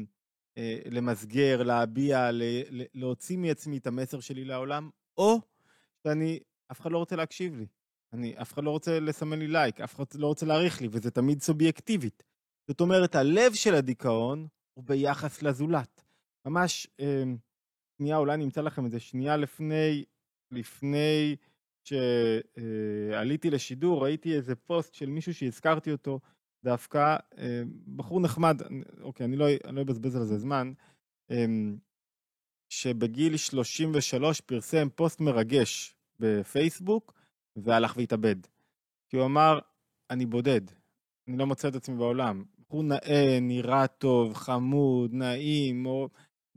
למסגר, להביע, להוציא מעצמי את המסר שלי לעולם, או שאני, אף אחד לא רוצה להקשיב לי, אני, אף אחד לא רוצה לסמן לי לייק, אף אחד לא רוצה להעריך לי, וזה תמיד סובייקטיבית. זאת אומרת הלב של הדיכאון הוא ביחס לזולת. ממש, אה, שנייה, אולי נמצא לכם את זה, שנייה לפני, לפני שעליתי לשידור, ראיתי איזה פוסט של מישהו שהזכרתי אותו, דווקא, אה, בחור נחמד, אוקיי, אני לא, אני לא אבזבז על זה זמן, אה, שבגיל שלושים ושלוש פרסם פוסט מרגש בפייסבוק, והלך והתאבד. כי הוא אמר, אני בודד, אני לא מוצא את עצמי בעולם. הוא נאה, נראה טוב, חמוד, נעים, או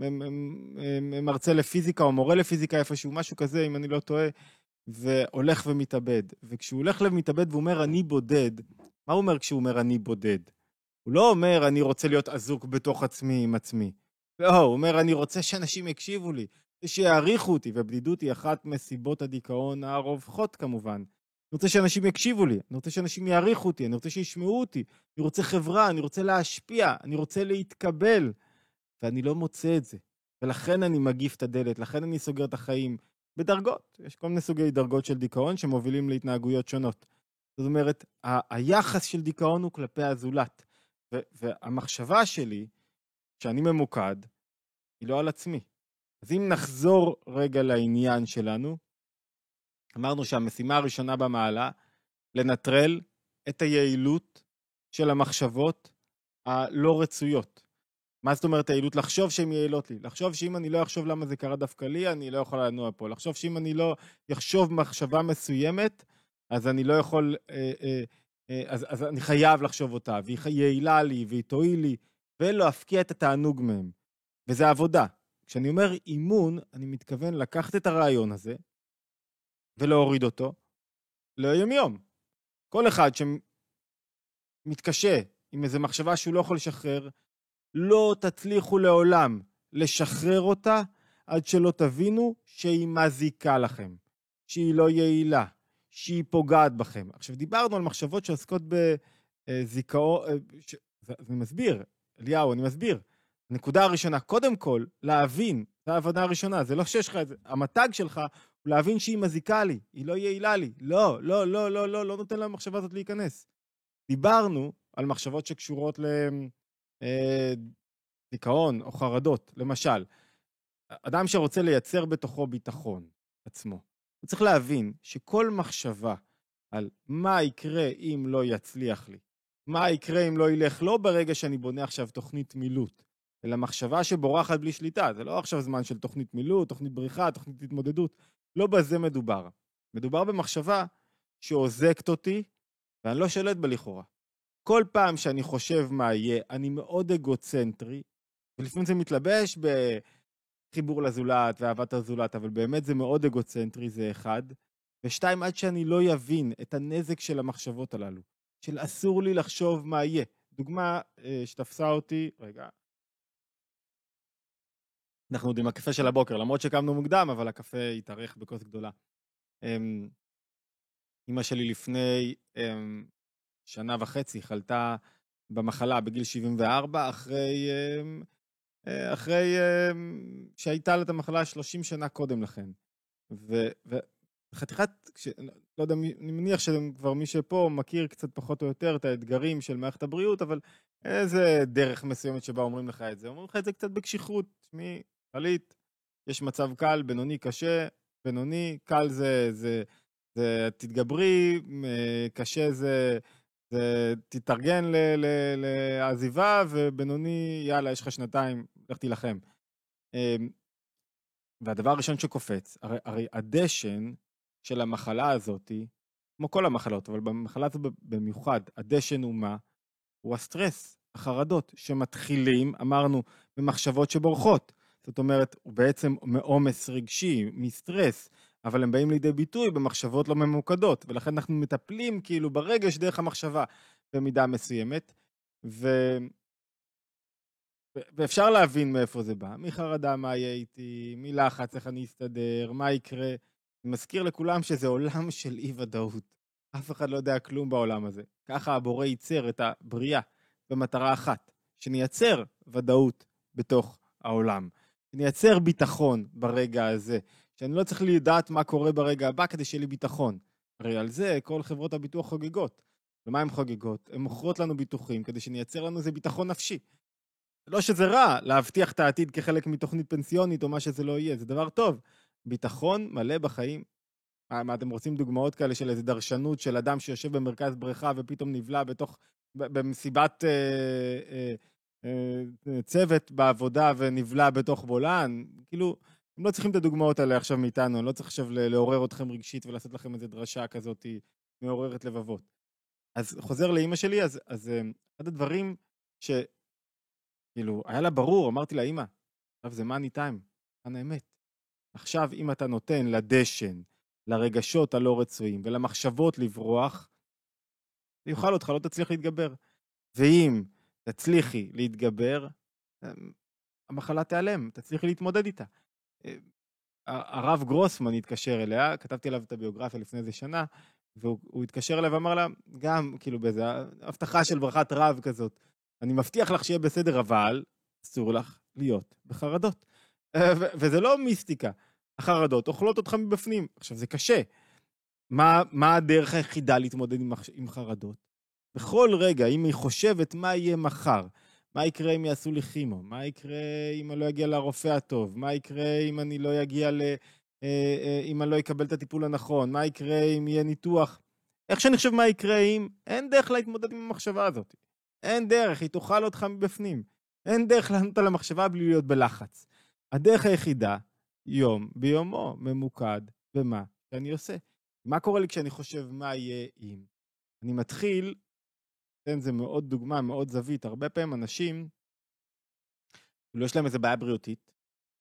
מרצה לפיזיקה או מורה לפיזיקה איפשהו, משהו כזה, אם אני לא טועה, והולך ומתאבד. וכשהוא הולך ומתאבד והוא אומר, אני בודד, מה הוא אומר כשהוא אומר, אני בודד? הוא לא אומר, אני רוצה להיות עזוק בתוך עצמי עם עצמי. לא, הוא אומר, אני רוצה שאנשים יקשיבו לי, שיעריכו אותי, ובדידות היא אחת מסיבות הדיכאון הרווחות כמובן. אני רוצה שאנשים יקשיבו לי, אני רוצה שאנשים יעריכו אותי, אני רוצה שישמעו אותי, אני רוצה חברה, אני רוצה להשפיע, אני רוצה להתקבל, ואני לא מוצא את זה. ולכן אני מגיף את הדלת, לכן אני סוגר את החיים בדרגות. יש כל מיני סוגי דרגות של דיכאון שמובילים להתנהגויות שונות. זאת אומרת, ה- היחס של דיכאון הוא כלפי הזולת. ו- והמחשבה שלי, שאני ממוקד, היא לא על עצמי. אז אם נחזור רגע לעניין שלנו, אמרנו שהמשימה הראשונה במעלה, לנטרל את היעילות של המחשבות הלא רצויות. מה זאת אומרת היעילות? לחשוב שהן יעילות לי. לחשוב שאם אני לא אחשוב למה זה קרה דווקא לי, אני לא יכול לנוע פה. לחשוב שאם אני לא יחשוב מחשבה מסוימת, אז אני לא יכול, אה, אה, אה, אז, אז אני חייב לחשוב אותה, והיא יעילה לי, והיא תועיל לי, ולא אפקיע את התענוג מהם. וזה עבודה. כשאני אומר אימון, אני מתכוון לקחת את הרעיון הזה, ולהוריד אותו ליום יום. כל אחד שמתקשה עם איזו מחשבה שהוא לא יכול לשחרר, לא תצליחו לעולם לשחרר אותה עד שלא תבינו שהיא מזיקה לכם, שהיא לא יעילה, שהיא פוגעת בכם. עכשיו דיברנו על מחשבות שעוסקות בזיכאון, אני מסביר, אליהו, אני מסביר. הנקודה הראשונה, קודם כל, להבין, זו ההבנה הראשונה, זה לא שיש לך את זה, המתג שלך הוא להבין שהיא מזיקה לי, היא לא יעילה לי. לא, לא, לא, לא, לא, לא נותן למחשבה הזאת להיכנס. דיברנו על מחשבות שקשורות לדיכאון או חרדות, למשל, אדם שרוצה לייצר בתוכו ביטחון עצמו, הוא צריך להבין שכל מחשבה על מה יקרה אם לא יצליח לי, מה יקרה אם לא ילך, לא ברגע שאני בונה עכשיו תוכנית מילוט, אלא מחשבה שבורחת בלי שליטה, זה לא עכשיו זמן של תוכנית מילוט, תוכנית בריחה, תוכנית התמודדות, לא בזה מדובר. מדובר במחשבה שעוזקת אותי, ואני לא שולט בה לכאורה. כל פעם שאני חושב מה יהיה, אני מאוד אגוצנטרי, ולפעמים זה מתלבש בחיבור לזולת ואהבת הזולת, אבל באמת זה מאוד אגוצנטרי, זה אחד. ושתיים, עד שאני לא יבין את הנזק של המחשבות הללו, של אסור לי לחשוב מה יהיה. דוגמה אה, שתפסה אותי, רגע. אנחנו עוד עם הקפה של הבוקר, למרות שקמנו מוקדם, אבל הקפה התארך בכוס גדולה. אמ, אמא שלי לפני אמ, שנה וחצי חלתה במחלה בגיל שבעים וארבע, אחרי, אמ, אה, אחרי אמ, שהייתה לה את המחלה שלושים שנה קודם לכן. ו- וחתיכת, כש- לא יודע, מי- אני מניח שכבר מי שפה מכיר קצת פחות או יותר את האתגרים של מערכת הבריאות, אבל איזה דרך מסוימת שבה אומרים לך את זה. אומרים לך את זה קצת בקשיחות, שמי, חלית, יש מצב קל, בינוני, קשה, בינוני, קל זה, זה, זה תתגברי, אה, קשה זה, זה תתארגן ל- ל- לעזיבה, ובינוני, יאללה, יש לך שנתיים, לך תילחם. אמ, והדבר הראשון שקופץ, הרי, הרי הדשן של המחלה הזאת, כמו כל המחלות, אבל במחלה הזו במיוחד, הדשן הוא מה? הוא הסטרס, החרדות, שמתחילים, אמרנו, במחשבות שבורחות. זאת אומרת, הוא בעצם מעומס רגשי, מסטרס, אבל הם באים לידי ביטוי במחשבות לא ממוקדות, ולכן אנחנו מטפלים כאילו ברגש דרך המחשבה במידה מסוימת, ו... ואפשר להבין מאיפה זה בא, מחרדה מה יהיה איתי, מלחץ איך אני אסתדר, מה יקרה. אני מזכיר לכולם שזה עולם של אי ודאות. אף אחד לא יודע כלום בעולם הזה. ככה הבורא ייצר את הבריאה במטרה אחת, שנייצר ודאות בתוך העולם. שנייצר ביטחון ברגע הזה, שאני לא צריך לדעת מה קורה ברגע הבא כדי שיהיה לי ביטחון. הרי על זה כל חברות הביטוח חוגגות. ומה הן חוגגות? הן מוכרות לנו ביטוחים כדי שנייצר לנו איזה ביטחון נפשי. לא שזה רע, להבטיח את העתיד כחלק מתוכנית פנסיונית או מה שזה לא יהיה, זה דבר טוב. ביטחון מלא בחיים. מה, מה אתם רוצים דוגמאות כאלה של איזו דרשנות של אדם שיושב במרכז בריכה ופתאום נבלע בתוך, במסיבת אה, אה, אה, צוות בעבודה ונבלע בתוך בולען? כאילו, הם לא צריכים את הדוגמאות האלה עכשיו מאיתנו, אני לא צריך עכשיו לעורר אתכם רגשית ולעשות לכם איזו דרשה כזאת מעוררת לבבות. אז חוזר לאמא שלי, אז, אז אחד הדברים ש... כאילו, היה לה ברור, אמרתי לה, אמא, עכשיו זה מאני טיים, כאן האמת. עכשיו, אם אתה נותן לדשן, לרגשות הלא רצויים ולמחשבות לברוח, זה יוכל אותך, לא תצליח להתגבר. ואם תצליחי להתגבר, המחלה תיעלם, תצליחי להתמודד איתה. הרב גרוסמן התקשר אליה, כתבתי עליו את הביוגרפיה לפני איזה שנה, והוא התקשר אליה ואמר לה, גם כאילו באיזו הבטחה של ברכת רב כזאת, אני מבטיח לך שיהיה בסדר, אבל אסור לך להיות בחרדות. וזה לא מיסטיקה. החרדות אוכלות אותך מבפנים. עכשיו, זה קשה. מה, מה הדרך היחידה להתמודד עם, עם חרדות? בכל רגע, אם היא חושבת מה יהיה מחר, מה יקרה אם יעשו לי כימו, מה יקרה אם אני לא אגיע לרופא הטוב, מה יקרה אם אני לא אגיע ל... אם אני לא אקבל את הטיפול הנכון, מה יקרה אם יהיה ניתוח. איך שאני חושב מה יקרה אם, אין דרך להתמודד עם המחשבה הזאת. אין דרך, היא תאכל אותך מבפנים. אין דרך לענות על המחשבה בלי להיות בלחץ. הדרך היחידה, יום ביומו, ממוקד במה שאני עושה. מה קורה לי כשאני חושב מה יהיה אם? אני מתחיל, כן, זה מאוד דוגמה, מאוד זווית, הרבה פעמים אנשים, לא יש להם איזה בעיה בריאותית,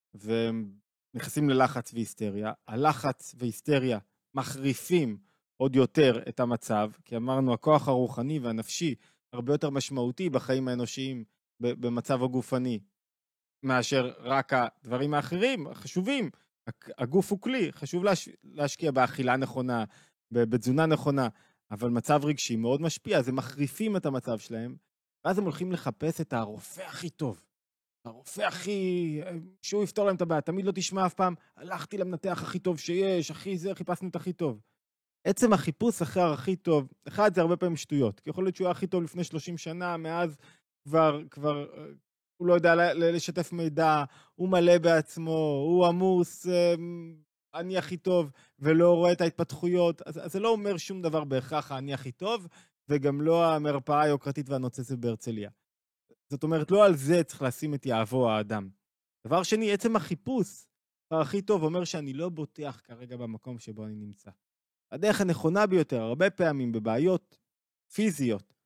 ונכנסים ללחץ והיסטריה. הלחץ והיסטריה מחריפים עוד יותר את המצב, כי אמרנו, הכוח הרוחני והנפשי הרבה יותר משמעותי בחיים האנושיים במצב הגופני, מאשר רק הדברים האחרים, החשובים. הגוף הוא כלי, חשוב להש... להשקיע באכילה נכונה, בתזונה נכונה, אבל מצב רגשי מאוד משפיע, אז הם מחריפים את המצב שלהם, ואז הם הולכים לחפש את הרופא הכי טוב. הרופא הכי, שהוא יפתור להם את הבעיה, תמיד לא תשמע אף פעם, הלכתי למנתח הכי טוב שיש, הכי זה, חיפשנו את הכי טוב. עצם החיפוש אחרי הכי טוב, אחד זה הרבה פעמים שטויות, כי יכול להיות שהוא היה הכי טוב לפני שלושים שנה, מאז כבר, כבר, הוא לא יודע לשתף מידע, הוא מלא בעצמו, הוא עמוס, אני הכי טוב, ולא רואה את ההתפתחויות, אז, אז זה לא אומר שום דבר בהכרח אני הכי טוב, וגם לא המרפאה היוקרתית והנוצצת בהרצליה. זאת אומרת, לא על זה צריך לשים את יהבו האדם. דבר שני, עצם החיפוש, הכי טוב אומר שאני לא בוטח כרגע במקום שבו אני נמצא. הדרך הנכונה ביותר, הרבה פעמים בבעיות פיזיות,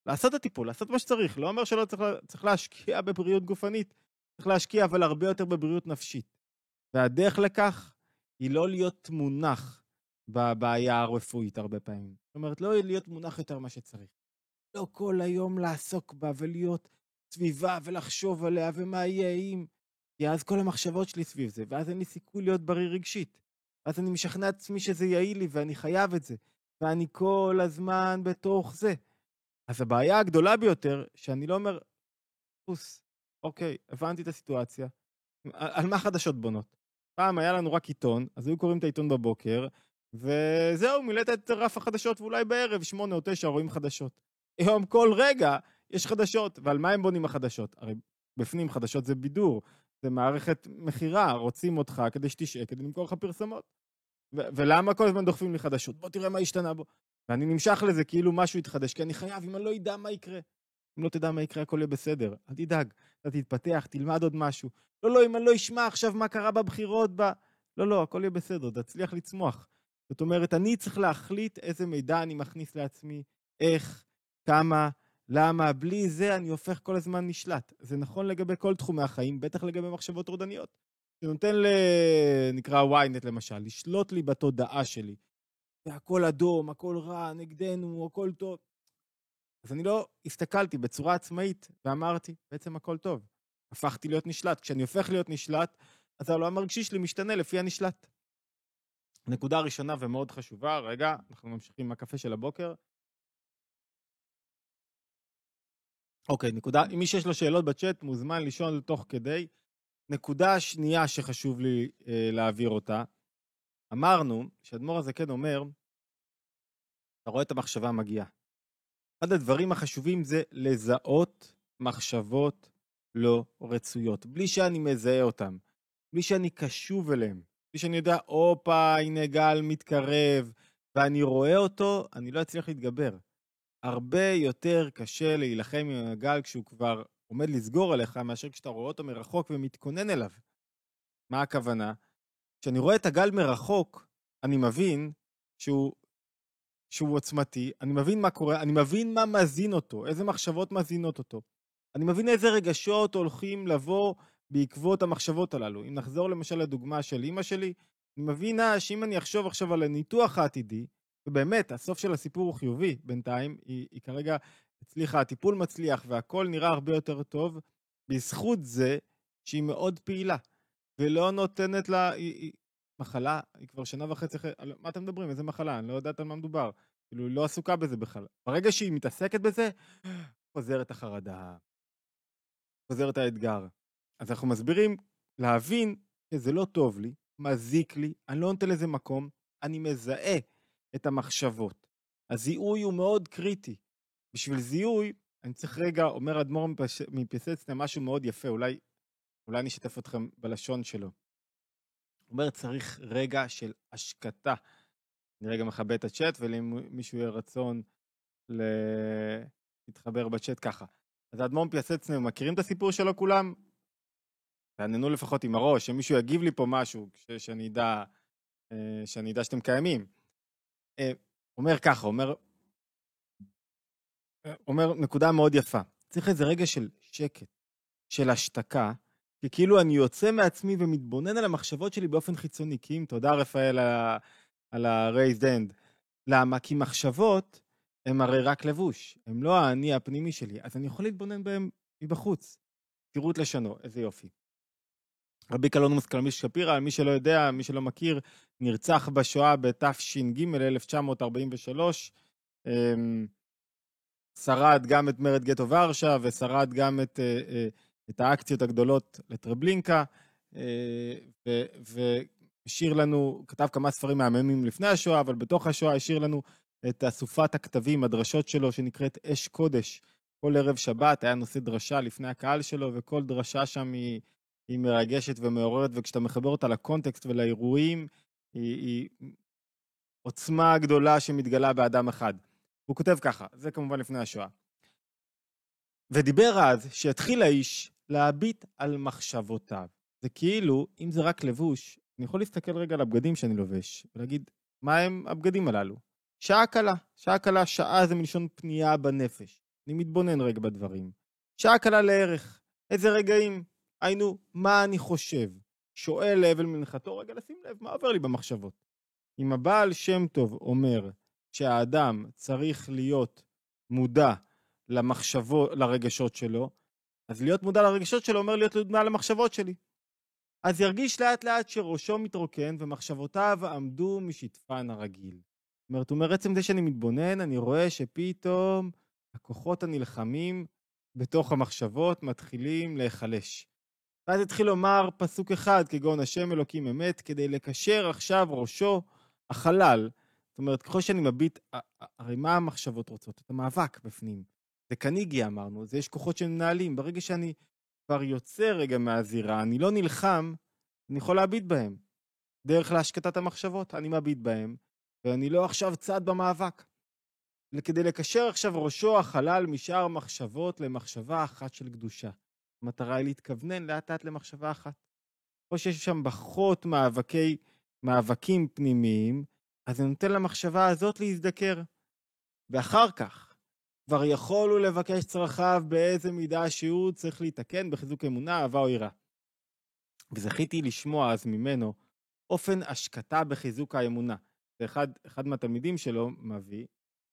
לעשות את הטיפול, לעשות מה שצריך, לא אומר שלא צריך, צריך להשקיע בבריאות גופנית, צריך להשקיע אבל הרבה יותר בבריאות נפשית. והדרך לכך היא לא להיות מונח בבעיה הרפואית הרבה פעמים. זאת אומרת, לא להיות מונח יותר מה שצריך. לא כל היום לעסוק בה ולהיות סביבה ולחשוב עליה ומה יהיה אם, כי אז כל המחשבות שלי סביב זה, ואז אין לי סיכוי להיות בריא רגשית. אז אני משכנע את עצמי שזה יעיל לי ואני חייב את זה, ואני כל הזמן בתוך זה. אז הבעיה הגדולה ביותר, שאני לא אומר, פוס, אוקיי, הבנתי את הסיטואציה, על, על מה חדשות בונות? פעם היה לנו רק עיתון, אז היו קוראים את העיתון בבוקר, וזהו, מילאת את רף החדשות, ואולי בערב, שמונה או תשע, רואים חדשות. היום כל רגע יש חדשות, ועל מה הם בונים החדשות? הרי בפנים חדשות זה בידור, זה מערכת מחירה, רוצים אותך כדי שתשעה, כדי למכור לך פרסמות. ו- ולמה כל הזמן דוחפים לי חדשות? בוא תראה מה השתנה בו. ואני נמשך לזה כאילו משהו יתחדש, כי אני חייב, אם אני לא ידע מה יקרה. אם לא תדע מה יקרה, הכל יהיה בסדר. אל תדאג, אתה תתפתח, תלמד עוד משהו. לא, לא, אם אני לא אשמע עכשיו מה קרה בבחירות, ב... לא, לא, הכל יהיה בסדר, תצליח לצמוח. זאת אומרת, אני צריך להחליט איזה מידע אני מכניס לעצמי, איך, כמה, למה, בלי זה אני הופך כל הזמן נשלט. זה נכון לגבי כל תחומי החיים, בטח לגבי מחשבות טורדניות. שנותן ל... נקרא וויינט למשל, לשלוט לי בתודעה שלי. והכל אדום, הכל רע, נגדנו, הכל טוב. אז אני לא הסתכלתי בצורה עצמאית ואמרתי, בעצם הכל טוב. הפכתי להיות נשלט. כשאני הופך להיות נשלט, אז העולם הרגשי שלי משתנה לפי הנשלט. נקודה ראשונה ומאוד חשובה, רגע, אנחנו ממשיכים עם הקפה של הבוקר. אוקיי, נקודה, אם מי שיש לו שאלות בצ'אט, מוזמן לישון לתוך כדי. נקודה שנייה שחשוב לי אה, להעביר אותה, אמרנו שאדמו"ר הזקן אומר, אתה רואה את המחשבה מגיעה. אחד הדברים החשובים זה לזהות מחשבות לא רצויות, בלי שאני מזהה אותם, בלי שאני קשוב אליהם, בלי שאני יודע, אופה, הנה גל מתקרב, ואני רואה אותו, אני לא אצליח להתגבר. הרבה יותר קשה להילחם עם הגל כשהוא כבר עומד לסגור עליך, מאשר כשאתה רואה אותו מרחוק ומתכונן אליו. מה הכוונה? כשאני רואה את הגל מרחוק, אני מבין שהוא, שהוא עוצמתי, אני מבין מה קורה, אני מבין מה מזין אותו, איזה מחשבות מזינות אותו. אני מבין איזה רגשות הולכים לבוא בעקבות המחשבות הללו. אם נחזור למשל לדוגמה של אמא שלי, אני מבין שאם אני אחשוב עכשיו על הניתוח העתידי, ובאמת, הסוף של הסיפור הוא חיובי בינתיים, היא, היא כרגע הצליחה, הטיפול מצליח והכל נראה הרבה יותר טוב, בזכות זה שהיא מאוד פעילה, ולא נותנת לה, היא, היא, מחלה, היא כבר שנה וחצי אחרי, מה אתם מדברים? איזה מחלה? אני לא יודעת על מה מדובר. כאילו, היא לא עסוקה בזה בכלל. ברגע שהיא מתעסקת בזה, חוזרת החרדה, חוזרת האתגר. אז אנחנו מסבירים להבין שזה לא טוב לי, מזיק לי, אני לא נותן לזה מקום, אני מזהה את המחשבות. הזיהוי הוא מאוד קריטי. בשביל זיהוי, אני צריך רגע, אומר אדמו"ר מפיאסצנה משהו מאוד יפה, אולי, אולי אני אשתף אתכם בלשון שלו. הוא אומר, צריך רגע של השקטה. אני רגע מכבה את הצ'אט, ולאם מישהו יהיה רצון להתחבר בצ'אט ככה. אז האדמו"ר מפיאסצנה, מכירים את הסיפור שלו כולם? תעננו לפחות עם הראש, שמישהו יגיב לי פה משהו, שאני אדע, שאני אדע שאתם קיימים. אומר ככה, אומר, אומר נקודה מאוד יפה. צריך איזה רגע של שקט, של השתקה, כי כאילו אני יוצא מעצמי ומתבונן על המחשבות שלי באופן חיצוני. כי אם תודה רפאל על ה-raised end. למה? כי מחשבות הם הרי רק לבוש, הם לא האני הפנימי שלי, אז אני יכול להתבונן בהם מבחוץ. תראו את לשונו, איזה יופי. רבי קלונומוס קלמיש שפירא, מי שלא יודע, מי שלא מכיר, נרצח בשואה בתש"ג אלף תשע מאות ארבעים ושלוש, שרד גם את מרד גטו ורשה, ושרד גם את, את האקציות הגדולות לטרבלינקה, והשאיר לנו, כתב כמה ספרים מהממים לפני השואה, אבל בתוך השואה השאיר לנו את אסופת הכתבים, הדרשות שלו, שנקראת אש קודש. כל ערב שבת היה נושא דרשה לפני הקהל שלו, וכל דרשה שם היא, היא מרגשת ומעוררת, וכשאתה מחבר אותה לקונטקסט ולאירועים, היא, היא עוצמה גדולה שמתגלה באדם אחד. הוא כותב ככה, זה כמובן לפני השואה. ודיבר אז שהתחיל האיש להביט על מחשבותיו. זה כאילו, אם זה רק לבוש, אני יכול להסתכל רגע על הבגדים שאני לובש, ולהגיד, מה הם הבגדים הללו? שעה קלה, שעה קלה, שעה זה מלשון פנייה בנפש. אני מתבונן רגע בדברים. שעה קלה לערך. איזה רגעים? היינו, מה אני חושב? שואל להבל מנחתו, רגע לשים לב, מה עובר לי במחשבות? אם הבעל שם טוב אומר שהאדם צריך להיות מודע למחשבות, לרגשות שלו, אז להיות מודע לרגשות שלו אומר להיות מודע למחשבות שלי. אז ירגיש לאט לאט שראשו מתרוקן ומחשבותיו עמדו משטפן הרגיל. זאת אומרת, הוא אומר, עצם זה שאני מתבונן, אני רואה שפתאום הכוחות הנלחמים בתוך המחשבות מתחילים להיחלש. ואז התחיל לומר פסוק אחד, כגון השם אלוקים אמת, כדי לקשר עכשיו ראשו החלל. זאת אומרת, ככל שאני מביט, הרי מה המחשבות רוצות? את המאבק בפנים. זה כניגי אמרנו, זה יש כוחות שמנהלים. ברגע שאני כבר יוצא רגע מהזירה, אני לא נלחם, אני יכול להביט בהם. דרך להשקטת המחשבות, אני מביט בהם, ואני לא עכשיו צד במאבק. כדי לקשר עכשיו ראשו החלל משאר מחשבות למחשבה אחת של קדושה. המטרה היא להתכוונן לאט לאט למחשבה אחת. או שיש שם פחות מאבקי, מאבקים פנימיים, אז אני נותן למחשבה הזאת להזדקר. ואחר כך, כבר יכולו לבקש צרכיו באיזה מידה שהוא צריך להתקן בחיזוק אמונה, אהבה או יראה. וזכיתי לשמוע אז ממנו אופן השקטה בחיזוק האמונה. זה אחד, אחד מהתלמידים שלו מביא,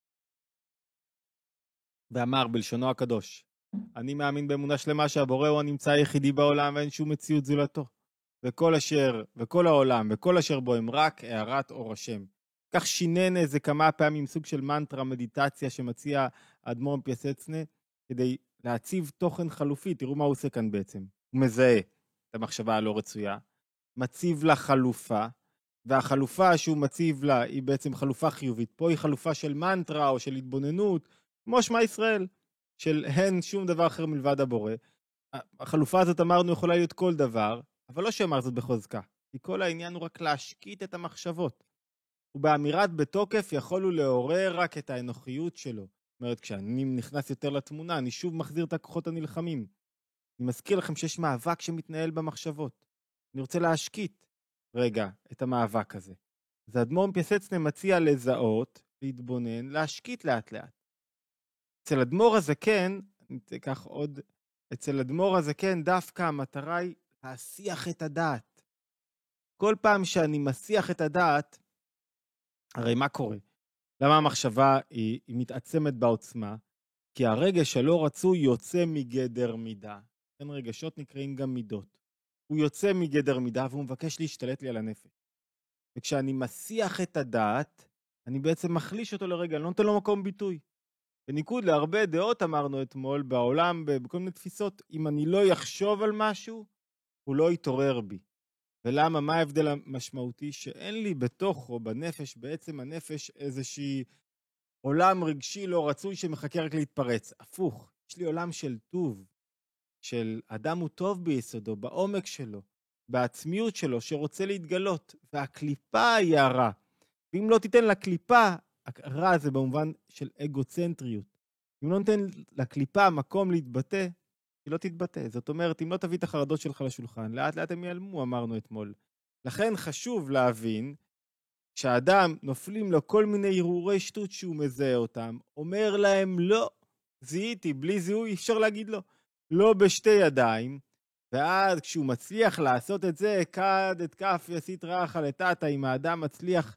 ואמר בלשונו הקדוש, אני מאמין באמונה שלמה שהבורא הוא הנמצא היחידי בעולם ואין שום מציאות זולתו. וכל אשר, וכל העולם, וכל אשר בו הם רק הערת אור השם. כך שינן איזה כמה פעמים סוג של מנטרה מדיטציה שמציע האדמו"ר מפיאסצנה, כדי להציב תוכן חלופי. תראו מה הוא עושה כאן בעצם. הוא מזהה את המחשבה הלא רצויה, מציב לה חלופה, והחלופה שהוא מציב לה היא בעצם חלופה חיובית. פה היא חלופה של מנטרה או של התבוננות, כמו שמע ישראל, של הן שום דבר אחר מלבד הבורא. החלופה הזאת אמרנו יכולה להיות כל דבר, אבל לא שאמר זאת בחוזקה, כי כל העניין הוא רק להשקיט את המחשבות. ובאמירת בתוקף יכולו לעורר רק את האנוכיות שלו. זאת אומרת, כשאני נכנס יותר לתמונה, אני שוב מחזיר את הכוחות הנלחמים. אני מזכיר לכם שיש מאבק שמתנהל במחשבות. אני רוצה להשקיט רגע את המאבק הזה. אז האדמו"ר מפיאסצנה מציע לזהות, להתבונן, להשקיט לאט לאט. אצל אדמו"ר הזקן, אני אקח עוד, אצל אדמו"ר הזקן דווקא המטרה היא להסיח את הדעת. כל פעם שאני מסיח את הדעת, הרי מה קורה? למה המחשבה היא, היא מתעצמת בעוצמה? כי הרגש הלא רצוי יוצא מגדר מידה. אין רגשות נקראים גם מידות. הוא יוצא מגדר מידה והוא מבקש להשתלט לי על הנפש. וכשאני מסיח את הדעת, אני בעצם מחליש אותו לרגע, אני לא נותן לו מקום ביטוי. בניקוד להרבה דעות אמרנו אתמול בעולם, בכל מיני תפיסות, אם אני לא יחשוב על משהו, הוא לא יתעורר בי. ולמה? מה ההבדל המשמעותי? שאין לי בתוך או בנפש, בעצם הנפש, איזושהי עולם רגשי לא רצוי שמחכה רק להתפרץ. הפוך, יש לי עולם של טוב, של אדם הוא טוב ביסודו, בעומק שלו, בעצמיות שלו, שרוצה להתגלות, והקליפה היא הרע. ואם לא תיתן לקליפה, הרע זה במובן של אגוצנטריות. אם לא נותן לקליפה מקום להתבטא, היא לא תתבטא. זאת אומרת, אם לא תביא את החרדות שלך לשולחן, לאט לאט הם ייעלמו, אמרנו אתמול. לכן חשוב להבין שהאדם נופלים לו כל מיני הרהורי שטות שהוא מזהה אותם, אומר להם לא, זיהיתי, בלי זיהוי אפשר להגיד לא. לא בשתי ידיים, ואז כשהוא מצליח לעשות את זה, כד את כף יסית רחה לטאטה, אם האדם מצליח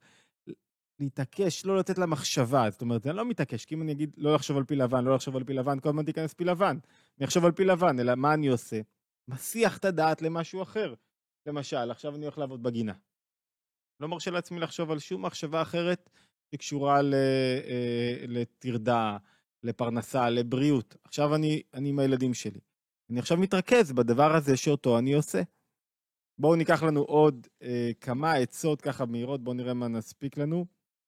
להתעקש, לא לתת לה מחשבה. זאת אומרת, אני לא מתעקש, כי אם אני אגיד לא לחשוב על פי לבן, לא לחשוב על פי לבן, כל הזמן תיכנס פי לבן. אני אחשוב על פי לבן, אלא מה אני עושה? מסיח את הדעת למשהו אחר. למשל, עכשיו אני הולך לעבוד בגינה. לא מרשה לעצמי לחשוב על שום מחשבה אחרת שקשורה לתרדה, לפרנסה, לבריאות. עכשיו אני, אני עם הילדים שלי. אני עכשיו מתרכז בדבר הזה שאותו אני עושה. בואו ניקח לנו עוד אה, כמה עצות ככה מהירות, בואו נראה מה נספיק לנו.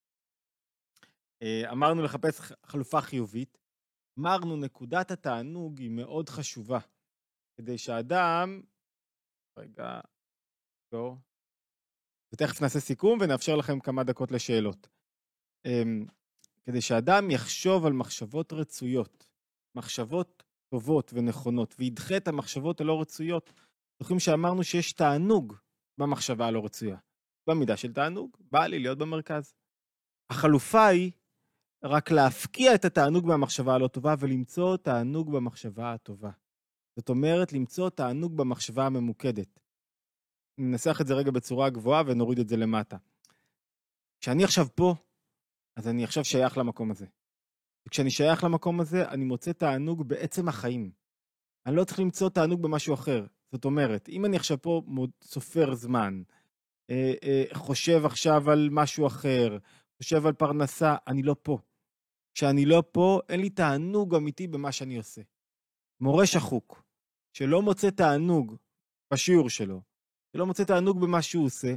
אה, אמרנו לחפש חלופה חיובית. אמרנו נקודת התענוג היא מאוד חשובה. כדי שהאדם, רגע, בואו. ותכף נעשה סיכום ונאפשר לכם כמה דקות לשאלות. אה, כדי שאדם יחשוב על מחשבות רצויות, מחשבות טובות ונכונות, וידחה את המחשבות הלא רצויות. זוכרים שאמרנו שיש תענוג במחשבה הלא רצויה. במידה של תענוג, בא לי להיות במרכז. החלופה היא רק להפקיע את התענוג מהמחשבה הלא טובה ולמצוא תענוג במחשבה הטובה. זאת אומרת, למצוא תענוג במחשבה הממוקדת. ננסח את זה רגע בצורה גבוהה ונוריד את זה למטה. כשאני עכשיו פה, אז אני עכשיו שייך למקום הזה. וכשאני שייך למקום הזה, אני מוצא תענוג בעצם החיים. אני לא צריך למצוא תענוג במשהו אחר. זאת אומרת, אם אני עכשיו פה סופר זמן, אה, אה, חושב עכשיו על משהו אחר, חושב על פרנסה, אני לא פה. כשאני לא פה, אין לי תענוג אמיתי במה שאני עושה. מורה שחוק, שלא מוצא תענוג בשיעור שלו, שלא מוצא תענוג במה שהוא עושה,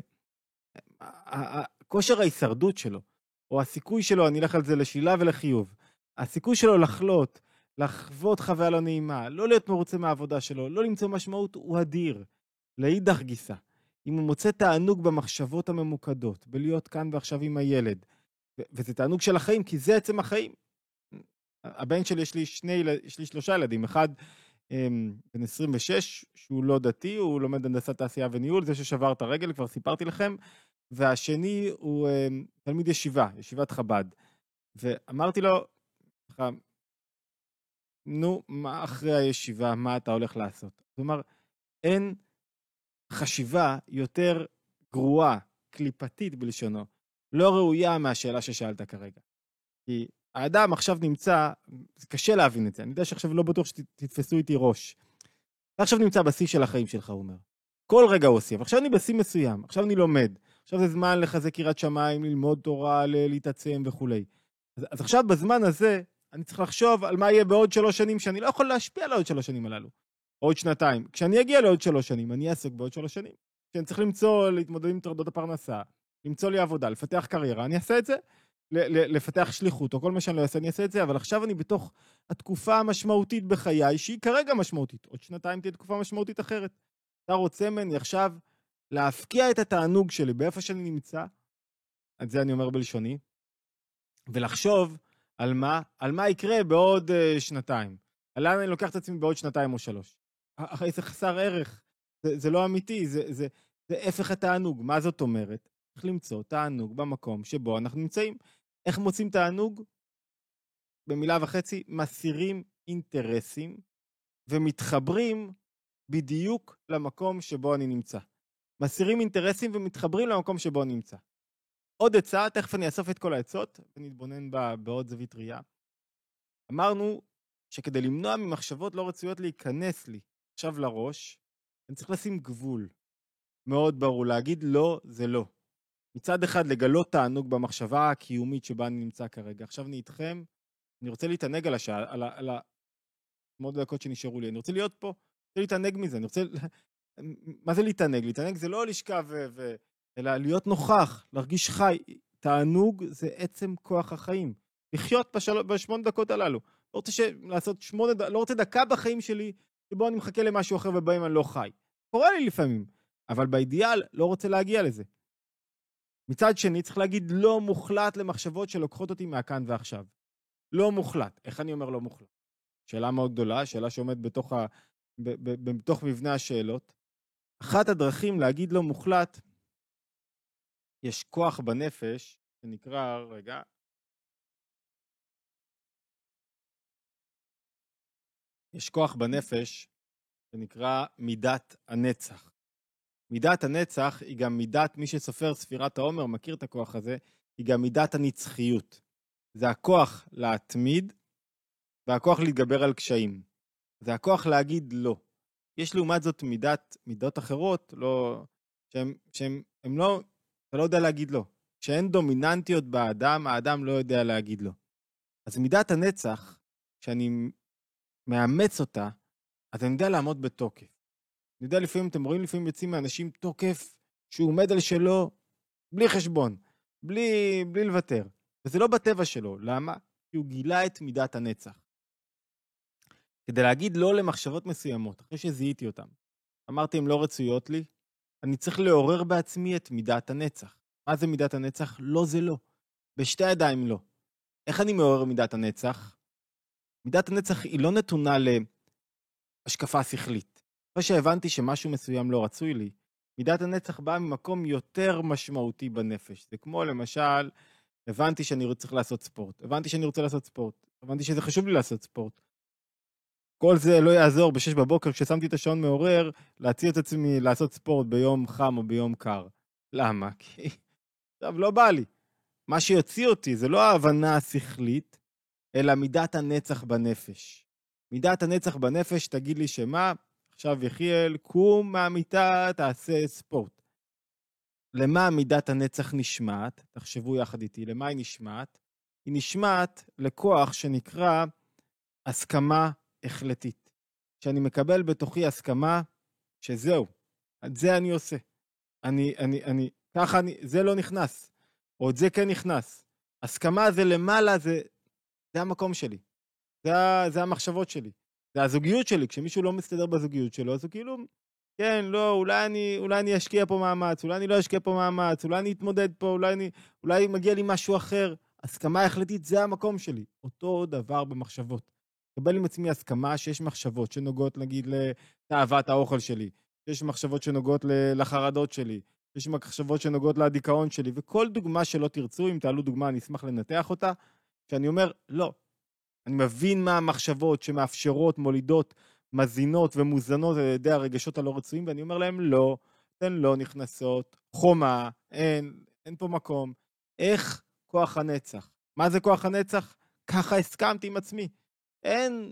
כושר ההישרדות שלו, או הסיכוי שלו, אני אלך על זה לשלילה ולחיוב, הסיכוי שלו לחלות, לחוות חוויה לא נעימה, לא להיות מרוצה מהעבודה שלו, לא למצוא משמעות, הוא אדיר. לאידך גיסה, אם הוא מוצא תענוג במחשבות הממוקדות, בלהיות כאן ועכשיו עם הילד, וזה תענוג של החיים, כי זה עצם החיים. הבן שלי, יש לי שני, יש לי שלושה ילדים, אחד בן עשרים ושש, שהוא לא דתי, הוא לומד הנדסת תעשייה וניהול, זה ששבר את הרגל, כבר סיפרתי לכם, והשני הוא תלמיד ישיבה, ישיבת חב"ד. ואמרתי לו, נו, מה אחרי הישיבה, מה אתה הולך לעשות? זאת אומרת, אין חשיבה יותר גרועה, קליפתית בלשונו, לא ראויה מהשאלה ששאלת כרגע. כי האדם עכשיו נמצא, זה קשה להבין את זה, אני יודע שעכשיו לא בטוח שתתפסו איתי ראש. עכשיו נמצא בשיא של החיים שלך, הוא אומר. כל רגע הוא עושה, ועכשיו אני בשיא מסוים, עכשיו אני לומד, עכשיו זה זמן לחזק יראת שמיים, ללמוד תורה, להתעצם וכו'. אז, אז עכשיו בזמן הזה, אני צריך לחשוב על מה יהיה בעוד שלוש שנים, שאני לא יכול להשפיע על עוד שלוש שנים הללו. עוד שנתיים. כשאני אגיע לעוד שלוש שנים, אני אעסוק בעוד שלוש שנים. כשאני צריך למצוא, להתמודד עם טרדות הפרנסה, למצוא לי עבודה, לפתח קריירה, אני אעשה את זה. לפתח שליחות, או כל מה שאני לא אעשה, אני אעשה את זה, אבל עכשיו אני בתוך התקופה המשמעותית בחיי, שהיא כרגע משמעותית. עוד שנתיים תהיה תקופה משמעותית אחרת. אתה רוצה ממני עכשיו להפקיע את התענוג שלי, באיפה שאני נמצא, את זה אני אומר בלשוני, ולחשוב על מה, על מה יקרה בעוד uh, שנתיים. על לאן אני לוקח את עצמי בעוד שנתיים או שלוש. הרי זה חסר ערך, זה, זה לא אמיתי, זה, זה, זה הפך התענוג. מה זאת אומרת? צריך למצוא תענוג במקום שבו אנחנו נמצאים. איך מוצאים תענוג? במילה וחצי, מסירים אינטרסים ומתחברים בדיוק למקום שבו אני נמצא. מסירים אינטרסים ומתחברים למקום שבו אני נמצא. עוד עצה, תכף אני אאסוף את כל העצות ונתבונן בה בעוד זווית ראייה. אמרנו שכדי למנוע ממחשבות לא רצויות להיכנס לי עכשיו לראש, אני צריך לשים גבול. מאוד ברור, להגיד לא זה לא. מצד אחד לגלות תענוג במחשבה הקיומית שבה אני נמצא כרגע. עכשיו אני איתכם, אני רוצה להתענג על השעה, על, על המאות דקות שנשארו לי. אני רוצה להיות פה, אני רוצה להתענג מזה, אני רוצה... מה זה להתענג? להתענג זה לא לשכב ו... ו... אלא להיות נוכח, להרגיש חי. תענוג זה עצם כוח החיים. לחיות בשל... בשמונה דקות הללו. לא רוצה ש... לעשות שמונה, ד... לא רוצה דקה בחיים שלי, שבו אני מחכה למשהו אחר ובאים אני לא חי. קורה לי לפעמים, אבל באידיאל לא רוצה להגיע לזה. מצד שני, צריך להגיד לא מוחלט למחשבות שלוקחות אותי מהכאן ועכשיו. לא מוחלט. איך אני אומר לא מוחלט? שאלה מאוד גדולה, שאלה שעומד בתוך, ה... ב... ב... בתוך מבנה השאלות. אחת הדרכים להגיד לא מוחלט, יש כוח בנפש, שנקרא, רגע, יש כוח בנפש, שנקרא מידת הנצח. מידת הנצח היא גם מידת, מי שסופר ספירת העומר, מכיר את הכוח הזה, היא גם מידת הנצחיות. זה הכוח להתמיד, והכוח להתגבר על קשיים. זה הכוח להגיד לא. יש לעומת זאת מידת, מידות אחרות, לא, שהם, שהם, הם לא, אתה לא יודע להגיד לא. כשאין דומיננטיות באדם, האדם לא יודע להגיד לא. אז מידת הנצח, כשאני מאמץ אותה, אז אני יודע לעמוד בתוקף. אני יודע לפעמים, אתם רואים לפעמים יוצאים מאנשים תוקף, שהוא עומד על שלו, בלי חשבון, בלי, בלי לוותר. וזה לא בטבע שלו. למה? כי הוא גילה את מידת הנצח. כדי להגיד לא למחשבות מסוימות, אחרי שזיהיתי אותם. אמרתי, הם לא רצויות לי, אני צריך לעורר בעצמי את מידת הנצח. מה זה מידת הנצח? לא זה לא. בשתי הידיים לא. איך אני מעורר מידת הנצח? מידת הנצח היא לא נתונה להשקפה שכלית. אחרי שהבנתי שמשהו מסוים לא רצוי לי, מידת הנצח באה ממקום יותר משמעותי בנפש. זה כמו למשל, הבנתי שאני צריך לעשות ספורט, הבנתי שאני רוצה לעשות ספורט, הבנתי שזה חשוב לי לעשות ספורט. כל זה לא יעזור בשש בבוקר כששמתי את השעון מעורר, להציע את עצמי לעשות ספורט ביום חם או ביום קר. למה? כי עכשיו לא בא לי. מה שיוציא אותי זה לא ההבנה השכלית, אלא מידת הנצח בנפש. מידת הנצח בנפש תגיד לי שמה, עכשיו יחיאל, קום מהמיטה, תעשה ספורט. למה מידת הנצח נשמעת? תחשבו יחד איתי, למה היא נשמעת? היא נשמעת לכוח שנקרא הסכמה החלטית. שאני מקבל בתוכי הסכמה שזהו, את זה אני עושה. אני, אני, אני, ככה אני, זה לא נכנס, או את זה כן נכנס. הסכמה זה למעלה, זה, זה המקום שלי. זה, זה המחשבות שלי. זה הזוגיות שלי. כשמישהו לא מסתדר בזוגיות שלו, אז הוא כאילו, כן, לא, אולי אני, אולי אני אשקיע פה מאמץ, אולי אני לא אשקיע פה מאמץ, אולי אני אתמודד פה, אולי אני, אולי מגיע לי משהו אחר. הסכמה החלטית זה המקום שלי. אותו דבר במחשבות. קבל עם עצמי הסכמה שיש מחשבות שנוגעות, נגיד, לתאוות האוכל שלי, שיש מחשבות שנוגעות לחרדות שלי, יש מחשבות שנוגעות לדיכאון שלי, וכל דוגמה שלא תרצו, אם תעלו דוגמה, אני אשמח לנתח אותה, שאני אומר, לא. אני מבין מה המחשבות שמאפשרות, מולידות, מזינות ומוזנות על ידי הרגשות הלא רצויים, ואני אומר להם, לא, אתן לא נכנסות, חומה, אין, אין פה מקום. איך כוח הנצח? מה זה כוח הנצח? ככה הסכמתי עם עצמי. אין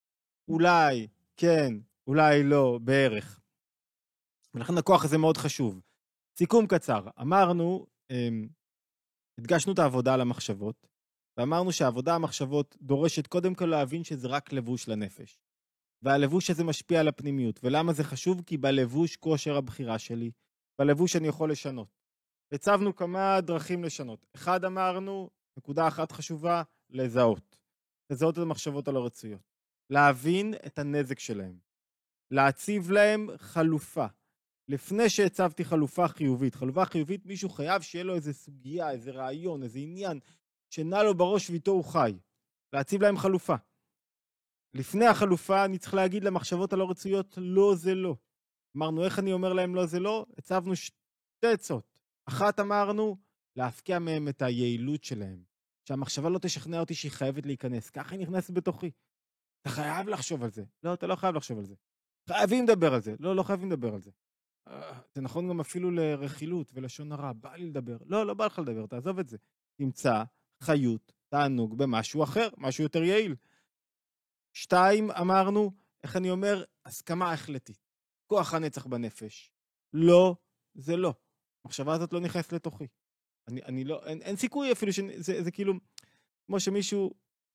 אולי, כן, אולי לא, בערך. ולכן הכוח הזה מאוד חשוב. סיכום קצר, אמרנו, הדגשנו את העבודה על המחשבות, ואמרנו שהעבודה על המחשבות דורשת קודם כל להבין שזה רק לבוש לנפש. והלבוש הזה משפיע על הפנימיות. ולמה זה חשוב? כי בלבוש כושר הבחירה שלי, בלבוש אני יכול לשנות. הצבנו כמה דרכים לשנות. אחד אמרנו, נקודה אחת חשובה, לזהות. לזהות את המחשבות הלא רצויות. להבין את הנזק שלהם. להציב להם חלופה. לפני שהצבתי חלופה חיובית, חלופה חיובית מישהו חייב שיהיה לו איזה סוגיה, איזה רעיון, איזה עניין, שנע לו בראש ואיתו הוא חי. להציב להם חלופה. לפני החלופה אני צריך להגיד למחשבות הלא רצויות, לא זה לא. אמרנו, איך אני אומר להם לא זה לא? הצבנו שתי עצות. אחת אמרנו, להפקיע מהם את היעילות שלהם. שהמחשבה לא תשכנע אותי שהיא חייבת להיכנס. ככה היא נכנסת בתוכי. אתה חייב לחשוב על זה. לא, אתה לא חייב לחשוב על זה. חייבים לדבר על זה. לא, לא חייבים לדבר על זה. זה נכון גם אפילו לרכילות ולשון הרע. בא לי לדבר. לא, לא בא לך לדבר. תעזוב את זה. תמצא חיות, תענוג במשהו אחר, משהו יותר יעיל. שתיים, אמרנו, איך אני אומר, הסכמה החלטית. כוח הנצח בנפש. לא, זה לא. המחשבה הזאת לא נכנסת לתוכי. אני, אני לא, אין, אין סיכוי אפילו שזה, זה כאילו, כמו שמישהו,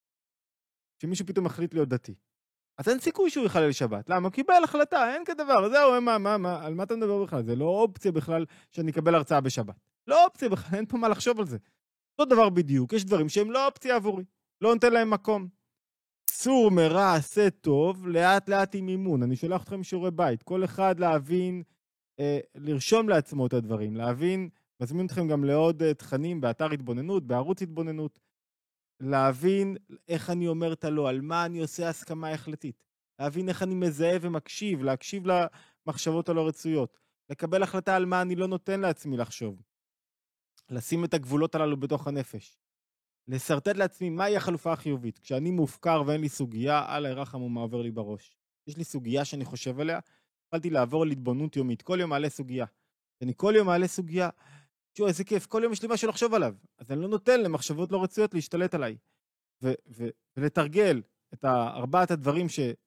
שמישהו פתאום מחליט להיות דתי. אז אין סיכוי שהוא יחלל שבת. למה? הוא קיבל החלטה, אין כדבר. זהו, מה, מה, מה, על מה אתה מדבר בכלל? זה לא אופציה בכלל שאני אקבל הרצאה בשבת. לא אופציה בכלל, אין פה מה לחשוב על זה. אותו דבר בדיוק, יש דברים שהם לא אופציה עבורי. לא נותן להם מקום. סור מרע עשה טוב, לאט לאט עם אימון. אני שולח אתכם שיעורי בית. כל אחד להבין, אה, לרשום לעצמו את הדברים, להבין, מזמין אתכם גם לעוד אה, תכנים באתר התבוננות, בערוץ התבוננות, להבין איך אני אומר את הלא, על מה אני עושה הסכמה החלטית, להבין איך אני מזהה ומקשיב, להקשיב למחשבות הלא רצויות, לקבל החלטה על מה אני לא נותן לעצמי לחשוב, לשים את הגבולות הללו בתוך הנפש, לסרטט לעצמי מהי החלופה החיובית, כשאני מופקר ואין לי סוגיה, אללה ירחם ומה עובר לי בראש. יש לי סוגיה שאני חושב עליה, התחלתי לעבור על התבוננות יומית, כל יום מעלה סוגיה. אני כל יום מעלה סוגיה, תשמעו, איזה כיף, כל יום יש לי משהו לחשוב עליו, אז אני לא נותן למחשבות לא רצויות להשתלט עליי. ו- ו- ולתרגל את ארבעת הדברים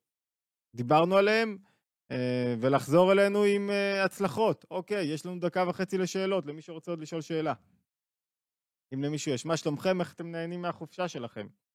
שדיברנו עליהם, אה, ולחזור אלינו עם אה, הצלחות. אוקיי, יש לנו דקה וחצי לשאלות, למי שרוצה עוד לשאול שאלה. אם למישהו יש, מה שלומכם, איך אתם נהנים מהחופשה שלכם?